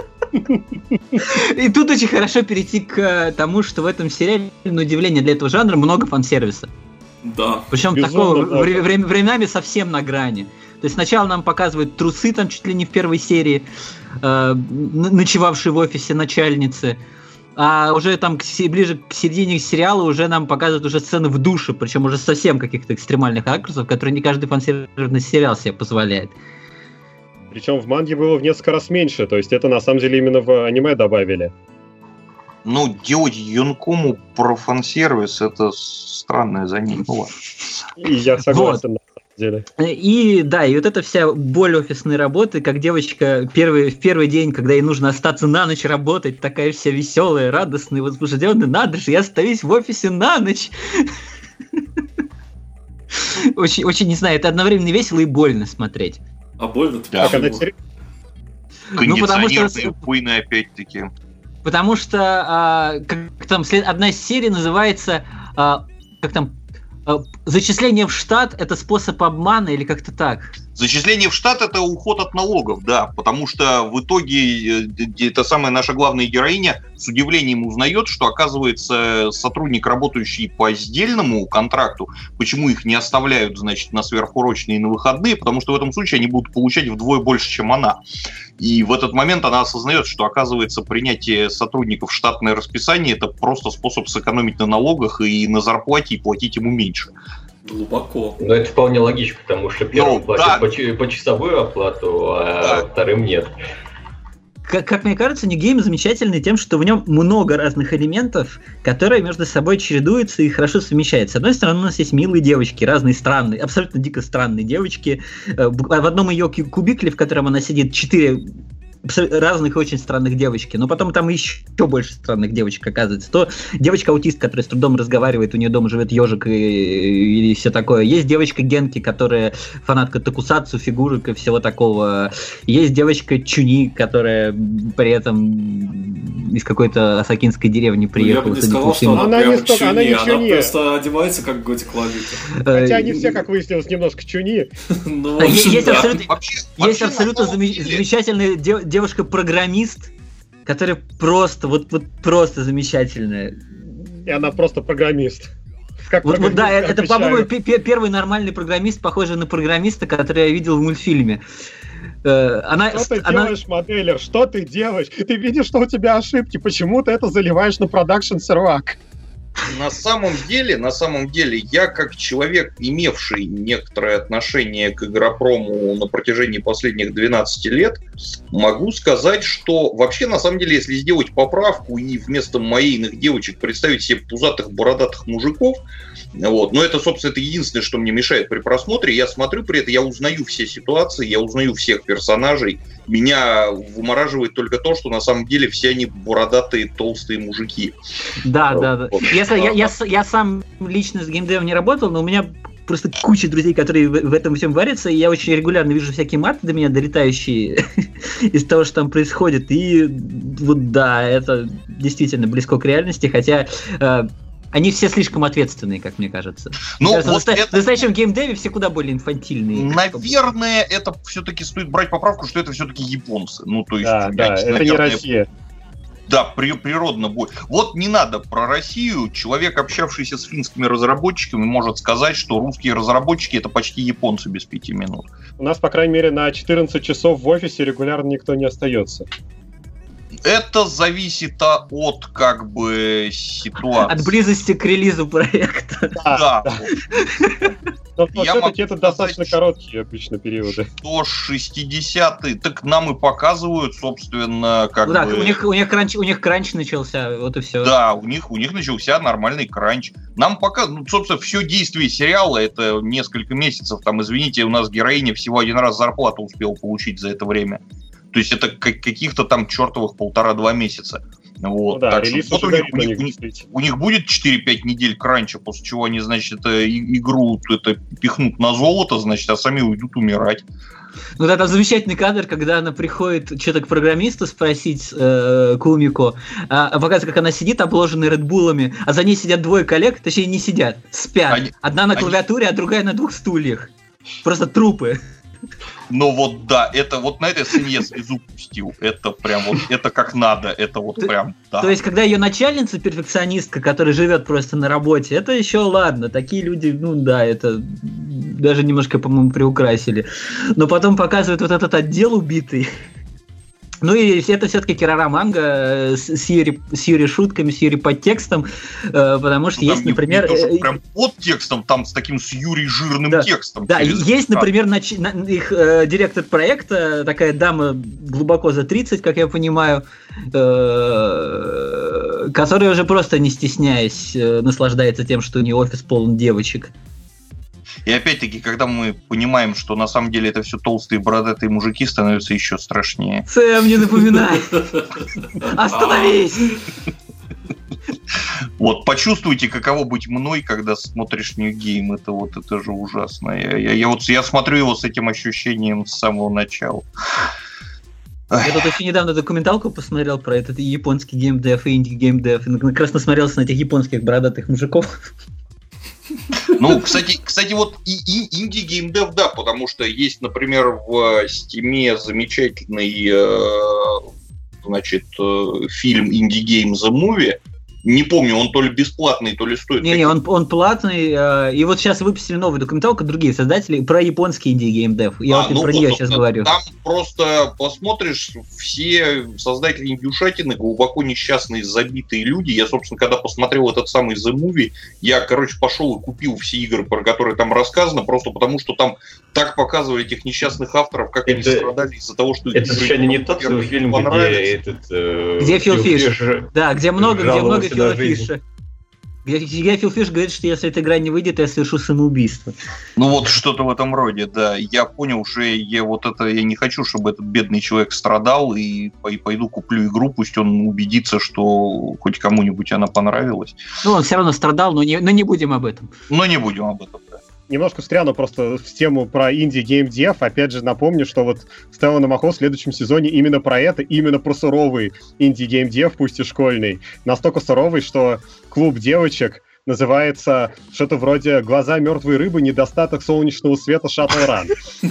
[SPEAKER 2] И тут очень хорошо перейти к тому, что в этом сериале, на удивление для этого жанра, много фан-сервиса.
[SPEAKER 4] Да.
[SPEAKER 2] Причем такого да. вре- вре- временами совсем на грани. То есть сначала нам показывают трусы, там чуть ли не в первой серии, э, ночевавшие в офисе начальницы. А уже там к, ближе к середине сериала уже нам показывают уже сцены в душе, причем уже совсем каких-то экстремальных ракурсов, которые не каждый фан-сервисный сериал себе позволяет.
[SPEAKER 5] Причем в манге было в несколько раз меньше, то есть это на самом деле именно в аниме добавили.
[SPEAKER 1] Ну, делать Юнкому про фан-сервис, это странное занятие. Ну,
[SPEAKER 5] и я согласен, вот. На самом деле.
[SPEAKER 2] И да, и вот эта вся боль офисной работы, как девочка первый, в первый день, когда ей нужно остаться на ночь работать, такая вся веселая, радостная, возбужденная, надо же, я остаюсь в офисе на ночь. Очень, очень, не знаю, это одновременно весело и больно смотреть.
[SPEAKER 4] А больно-то
[SPEAKER 1] да.
[SPEAKER 4] почему?
[SPEAKER 2] Ну, потому что...
[SPEAKER 1] буйные опять-таки.
[SPEAKER 2] Потому что а, как там след... одна из серий называется а, как там а, зачисление в штат это способ обмана или как-то так.
[SPEAKER 1] Зачисление в штат это уход от налогов, да, потому что в итоге эта самая наша главная героиня с удивлением узнает, что оказывается сотрудник, работающий по сдельному контракту, почему их не оставляют, значит, на сверхурочные и на выходные, потому что в этом случае они будут получать вдвое больше, чем она. И в этот момент она осознает, что, оказывается, принятие сотрудников в штатное расписание это просто способ сэкономить на налогах и на зарплате и платить ему меньше.
[SPEAKER 4] Глубоко.
[SPEAKER 3] Но это вполне логично, потому что первым
[SPEAKER 1] ну,
[SPEAKER 3] платят
[SPEAKER 1] да.
[SPEAKER 3] по, по часовую оплату, а да. вторым нет.
[SPEAKER 2] Как, как мне кажется, New Game замечательный тем, что в нем много разных элементов, которые между собой чередуются и хорошо совмещаются. С одной стороны, у нас есть милые девочки, разные странные, абсолютно дико странные девочки. В одном ее кубикле, в котором она сидит, четыре разных и очень странных девочки, но потом там еще больше странных девочек оказывается. То девочка-аутист, которая с трудом разговаривает, у нее дома живет ежик и, и все такое. Есть девочка Генки, которая фанатка токусацу, фигурок и всего такого. Есть девочка Чуни, которая при этом из какой-то осакинской деревни приехала.
[SPEAKER 4] Ну, я бы не сказал, что она,
[SPEAKER 5] она
[SPEAKER 4] прям
[SPEAKER 5] не столько,
[SPEAKER 4] Чуни,
[SPEAKER 5] она не
[SPEAKER 4] она
[SPEAKER 5] Чуни.
[SPEAKER 4] просто одевается как Готик Лолита.
[SPEAKER 5] Хотя они все, как выяснилось, немножко Чуни.
[SPEAKER 2] Есть абсолютно замечательная девушка-программист, которая просто, вот, вот просто замечательная.
[SPEAKER 5] И она просто программист.
[SPEAKER 2] Как вот, программист, вот, да, это, по-моему, первый нормальный программист, похожий на программиста, который я видел в мультфильме. Она,
[SPEAKER 5] что ты
[SPEAKER 2] она...
[SPEAKER 5] делаешь, моделер? Что ты делаешь? Ты видишь, что у тебя ошибки. Почему ты это заливаешь на продакшн сервак?
[SPEAKER 1] На самом деле, на самом деле, я как человек, имевший некоторое отношение к игропрому на протяжении последних двенадцати лет, могу сказать, что вообще, на самом деле, если сделать поправку и вместо моейных девочек представить себе пузатых бородатых мужиков, Вот. Но это, собственно, это единственное, что мне мешает при просмотре. Я смотрю при этом, я узнаю все ситуации, я узнаю всех персонажей. Меня вымораживает только то, что на самом деле все они бородатые, толстые мужики.
[SPEAKER 2] Да, да, да. Я, я, я, я сам лично с геймдевом не работал, но у меня просто куча друзей, которые в, в этом всем варятся, и я очень регулярно вижу всякие маты до меня долетающие из того, что там происходит. И вот да, это действительно близко к реальности, хотя... Э, Они все слишком ответственные, как мне кажется.
[SPEAKER 1] Ну,
[SPEAKER 2] кажется,
[SPEAKER 1] вот
[SPEAKER 2] в, наста-
[SPEAKER 1] это...
[SPEAKER 2] в настоящем геймдеве все куда более инфантильные.
[SPEAKER 1] Наверное, это все-таки стоит брать поправку, что это все-таки японцы. Ну, то есть,
[SPEAKER 5] да, да, это наверное, не Россия.
[SPEAKER 1] Да, при, природно будет. Вот не надо про Россию. Человек, общавшийся с финскими разработчиками, может сказать, что русские разработчики — это почти японцы без пяти минут.
[SPEAKER 5] У нас, по крайней мере, на четырнадцать часов в офисе регулярно никто не остается.
[SPEAKER 1] Это зависит от, как бы, ситуации.
[SPEAKER 2] От близости к релизу проекта.
[SPEAKER 1] Да.
[SPEAKER 5] да. Но все-таки это достаточно короткие обычно периоды.
[SPEAKER 1] сто шестидесятые, так нам и показывают, собственно, как
[SPEAKER 2] ну,
[SPEAKER 1] бы...
[SPEAKER 2] Да, у них, у них, кранч, у них кранч начался, вот и все.
[SPEAKER 1] Да, у них, у них начался нормальный кранч. Нам показывают, ну, собственно, все действие сериала, это несколько месяцев, там, извините, у нас героиня всего один раз зарплату успела получить за это время. То есть это каких-то там чертовых полтора-два месяца. Вот. Ну да, так что, вот у, них, у, них, у, них, у них будет четыре-пять недель кранча, после чего они, значит, это, игру это, пихнут на золото, значит, а сами уйдут умирать.
[SPEAKER 2] Ну да, там замечательный кадр, когда она приходит что-то к программисту спросить, э, Кумико, а показывает, как она сидит, обложенная редбулами, а за ней сидят двое коллег, точнее не сидят, спят. Они, Одна на клавиатуре, они... а другая на двух стульях. Просто трупы.
[SPEAKER 1] Но вот да, это вот на этой сцене я слезу пустил. Это прям вот, это как надо, это вот
[SPEAKER 2] то,
[SPEAKER 1] прям, да.
[SPEAKER 2] То есть, когда ее начальница перфекционистка, которая живет просто на работе, это еще ладно. Такие люди, ну да, это даже немножко, по-моему, приукрасили. Но потом показывают вот этот отдел убитый. Ну и это все-таки Кирара манга с Юри шутками, с Юри подтекстом, потому что ну, есть, не, например...
[SPEAKER 1] Не то, что прям под текстом, там с таким с Юри жирным
[SPEAKER 2] да,
[SPEAKER 1] текстом.
[SPEAKER 2] Да, есть, например, нач... их э, директор проекта, такая дама глубоко за тридцать, как я понимаю, э, которая уже просто не стесняясь э, наслаждается тем, что у нее офис полон девочек.
[SPEAKER 1] И опять-таки, когда мы понимаем, что на самом деле это все толстые бородатые мужики, становится еще страшнее.
[SPEAKER 2] Сэм, не напоминай! Остановись!
[SPEAKER 1] Вот, почувствуйте, каково быть мной, когда смотришь New Game. Это вот, это же ужасно. Я, я, я, вот, я смотрю его с этим ощущением с самого начала.
[SPEAKER 2] Я тут еще недавно документалку посмотрел про этот японский геймдев и инди-геймдев. И как раз насмотрелся на этих японских бородатых мужиков.
[SPEAKER 1] Ну, кстати, кстати, вот и, и инди-геймдев, да, потому что есть, например, в Steam замечательный, э, значит, э, фильм Indie Game The Movie. Не помню, он то ли бесплатный, то ли стоит.
[SPEAKER 2] Не-не, он, он платный. Э, и вот сейчас выпустили новую документалку, другие создатели, про японский инди-геймдев. Я а, вот ну, про нее сейчас говорю.
[SPEAKER 1] Там просто посмотришь, все создатели индюшатины глубоко несчастные, забитые люди. Я, собственно, когда посмотрел этот самый The Movie, я, короче, пошел и купил все игры, про которые там рассказано, просто потому что там так показывали этих несчастных авторов, как это, они страдали из-за того, что...
[SPEAKER 3] Это совершенно не тот свой фильм, где этот... Э,
[SPEAKER 2] где Фил Фиш. Да, где много, где много Фила Фиша. Где, где Фил Фиш говорит, что если эта игра не выйдет, я совершу самоубийство.
[SPEAKER 1] Ну вот что-то в этом роде, да. Я понял, что я вот это я не хочу, чтобы этот бедный человек страдал, и пойду куплю игру, пусть он убедится, что хоть кому-нибудь она понравилась.
[SPEAKER 2] Ну, он все равно страдал, но не, но не будем об этом.
[SPEAKER 1] Но не будем об этом, да.
[SPEAKER 5] Немножко встряну просто в тему про инди-геймдев. Опять же, напомню, что вот Стелла на маху в следующем сезоне именно про это, именно про суровый инди-геймдев, пусть и школьный. Настолько суровый, что клуб девочек называется что-то вроде «Глаза мертвой рыбы, недостаток солнечного света, Shadowrun».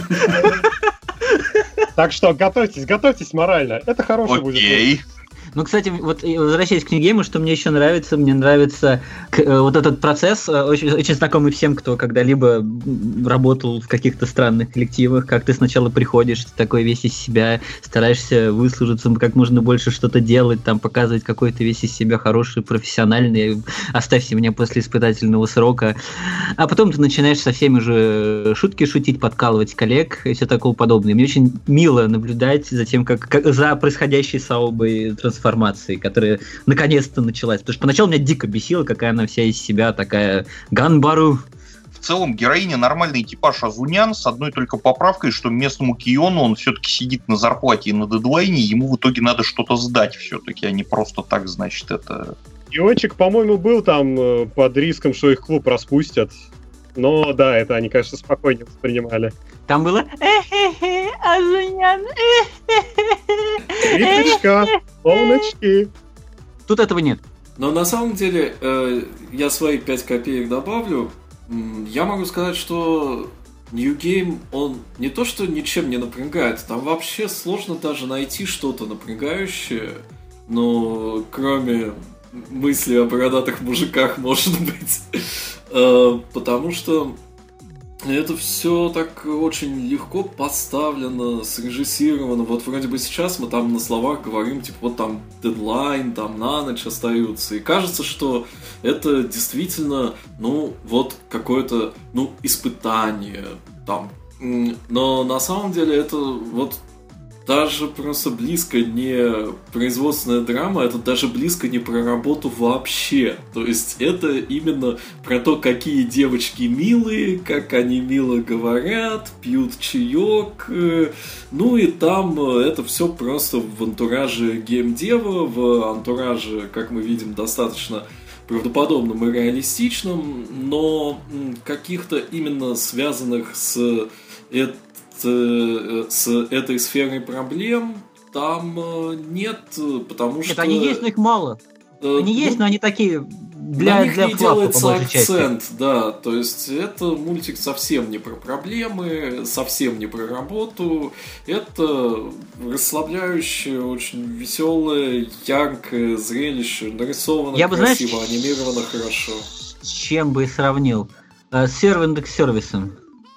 [SPEAKER 5] Так что готовьтесь, готовьтесь морально. Это хороший будет.
[SPEAKER 1] Окей.
[SPEAKER 2] Ну, кстати, вот возвращаясь к New Game, что мне еще нравится, мне нравится к, вот этот процесс, очень, очень знакомый всем, кто когда-либо работал в каких-то странных коллективах, как ты сначала приходишь, ты такой весь из себя, стараешься выслужиться, как можно больше что-то делать, там, показывать какой то весь из себя хороший, профессиональный, оставьте меня после испытательного срока, а потом ты начинаешь со всеми же шутки шутить, подкалывать коллег и все такое подобное. Мне очень мило наблюдать за тем, как, как за происходящей саубой трансформацией трансформации, которая наконец-то началась. Потому что поначалу меня дико бесило, какая она вся из себя такая Ганбару.
[SPEAKER 1] В целом героиня нормальный типаж Азунян, с одной только поправкой, что местному Киону он все-таки сидит на зарплате и на дедлайне, ему в итоге надо что-то сдать все-таки, а не просто так, значит, это...
[SPEAKER 5] Киончик, по-моему, был там э, под риском, что их клуб распустят. Но да, это они, конечно, спокойнее воспринимали.
[SPEAKER 2] Там было «Эхе-хе, Азунян, эхе-хе».
[SPEAKER 5] Виточка, полночки.
[SPEAKER 2] Тут этого нет.
[SPEAKER 4] Но на самом деле, э, я свои пять копеек добавлю. Я могу сказать, что New Game, он не то что ничем не напрягает, там вообще сложно даже найти что-то напрягающее, но кроме мысли о бородатых мужиках, может быть. Потому что это все так очень легко поставлено, срежиссировано. Вот вроде бы сейчас мы там на словах говорим, типа, вот там дедлайн, там на ночь остаются. И кажется, что это действительно, ну, вот какое-то, ну, испытание там. Но на самом деле это вот даже просто близко не производственная драма, это даже близко не про работу вообще. То есть это именно про то, какие девочки милые, как они мило говорят, пьют чаек. Ну и там это все просто в антураже геймдева, в антураже, как мы видим, достаточно правдоподобным и реалистичным, но каких-то именно связанных с этой с этой сферой проблем там нет, потому что...
[SPEAKER 2] Нет, они есть, но их мало. Они
[SPEAKER 4] ну,
[SPEAKER 2] есть, но они такие для,
[SPEAKER 4] на них
[SPEAKER 2] для
[SPEAKER 4] не
[SPEAKER 2] флафа,
[SPEAKER 4] делается
[SPEAKER 2] по
[SPEAKER 4] акцент,
[SPEAKER 2] части.
[SPEAKER 4] Да, то есть это мультик совсем не про проблемы, совсем не про работу, это расслабляющее, очень веселое, яркое зрелище, нарисовано
[SPEAKER 2] Я бы,
[SPEAKER 4] красиво,
[SPEAKER 2] знаешь,
[SPEAKER 4] анимировано хорошо.
[SPEAKER 2] С чем бы сравнил? С сервиндекс сервисом.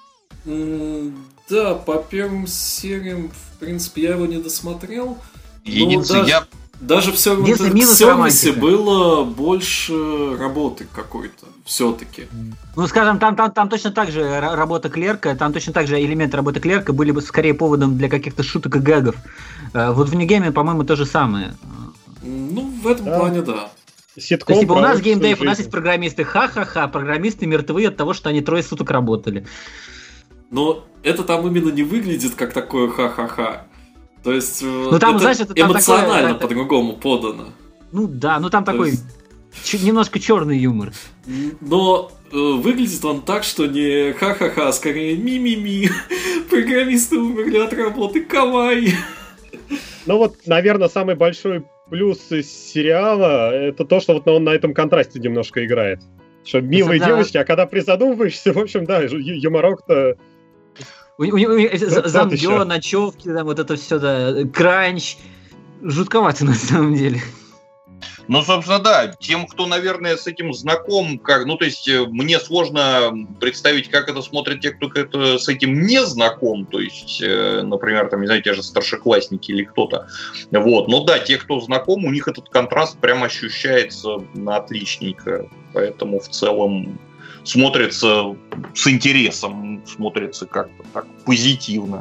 [SPEAKER 4] Да, по первым сериям, в принципе, я его не досмотрел.
[SPEAKER 1] Единственное,
[SPEAKER 4] даже,
[SPEAKER 1] я...
[SPEAKER 4] даже в сервисе было больше работы какой-то, все-таки.
[SPEAKER 2] Ну, скажем, там, там, там точно так же работа клерка, там точно так же элементы работы клерка были бы скорее поводом для каких-то шуток и гэгов. Вот в New Game, по-моему, то же самое.
[SPEAKER 4] Ну, в этом да. плане, да.
[SPEAKER 5] Ситком,
[SPEAKER 2] то есть, типа, у нас геймдев, у нас есть программисты, ха-ха-ха, программисты мертвы от того, что они трое суток работали.
[SPEAKER 4] Но это там именно не выглядит как такое ха-ха-ха. То есть
[SPEAKER 2] ну, там,
[SPEAKER 4] это
[SPEAKER 2] знаешь, это там
[SPEAKER 4] эмоционально
[SPEAKER 2] такое,
[SPEAKER 4] по-другому подано.
[SPEAKER 2] Ну да, ну там То такой есть... ч- немножко черный юмор.
[SPEAKER 4] Но э, выглядит он так, что не ха-ха-ха, а скорее ми-ми-ми. Программисты умерли от работы, кавай.
[SPEAKER 5] Ну вот, наверное, самый большой плюс сериала это то, что вот он на этом контрасте немножко играет. Что милые да. девочки, а когда призадумываешься, в общем, да, юморок-то...
[SPEAKER 2] У, у, у, замдё, ночевки, там вот это все, да, кранч. Жутковато на самом деле.
[SPEAKER 1] Ну, собственно, да, тем, кто, наверное, с этим знаком, как, ну, то есть, мне сложно представить, как это смотрят те, кто это, с этим не знаком, то есть, например, там, не знаю, те же старшеклассники или кто-то, вот, но да, те, кто знаком, у них этот контраст прям ощущается на отличненько, поэтому в целом смотрится с интересом, смотрится как-то так позитивно.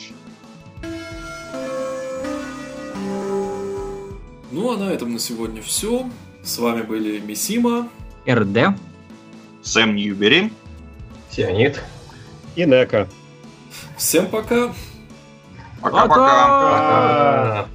[SPEAKER 4] Ну, а на этом на сегодня все. С вами были Мисима,
[SPEAKER 2] РД,
[SPEAKER 1] Сэм Ньюбери,
[SPEAKER 3] Сионит
[SPEAKER 5] и Нека.
[SPEAKER 4] Всем пока!
[SPEAKER 1] Пока-пока!
[SPEAKER 2] Пока!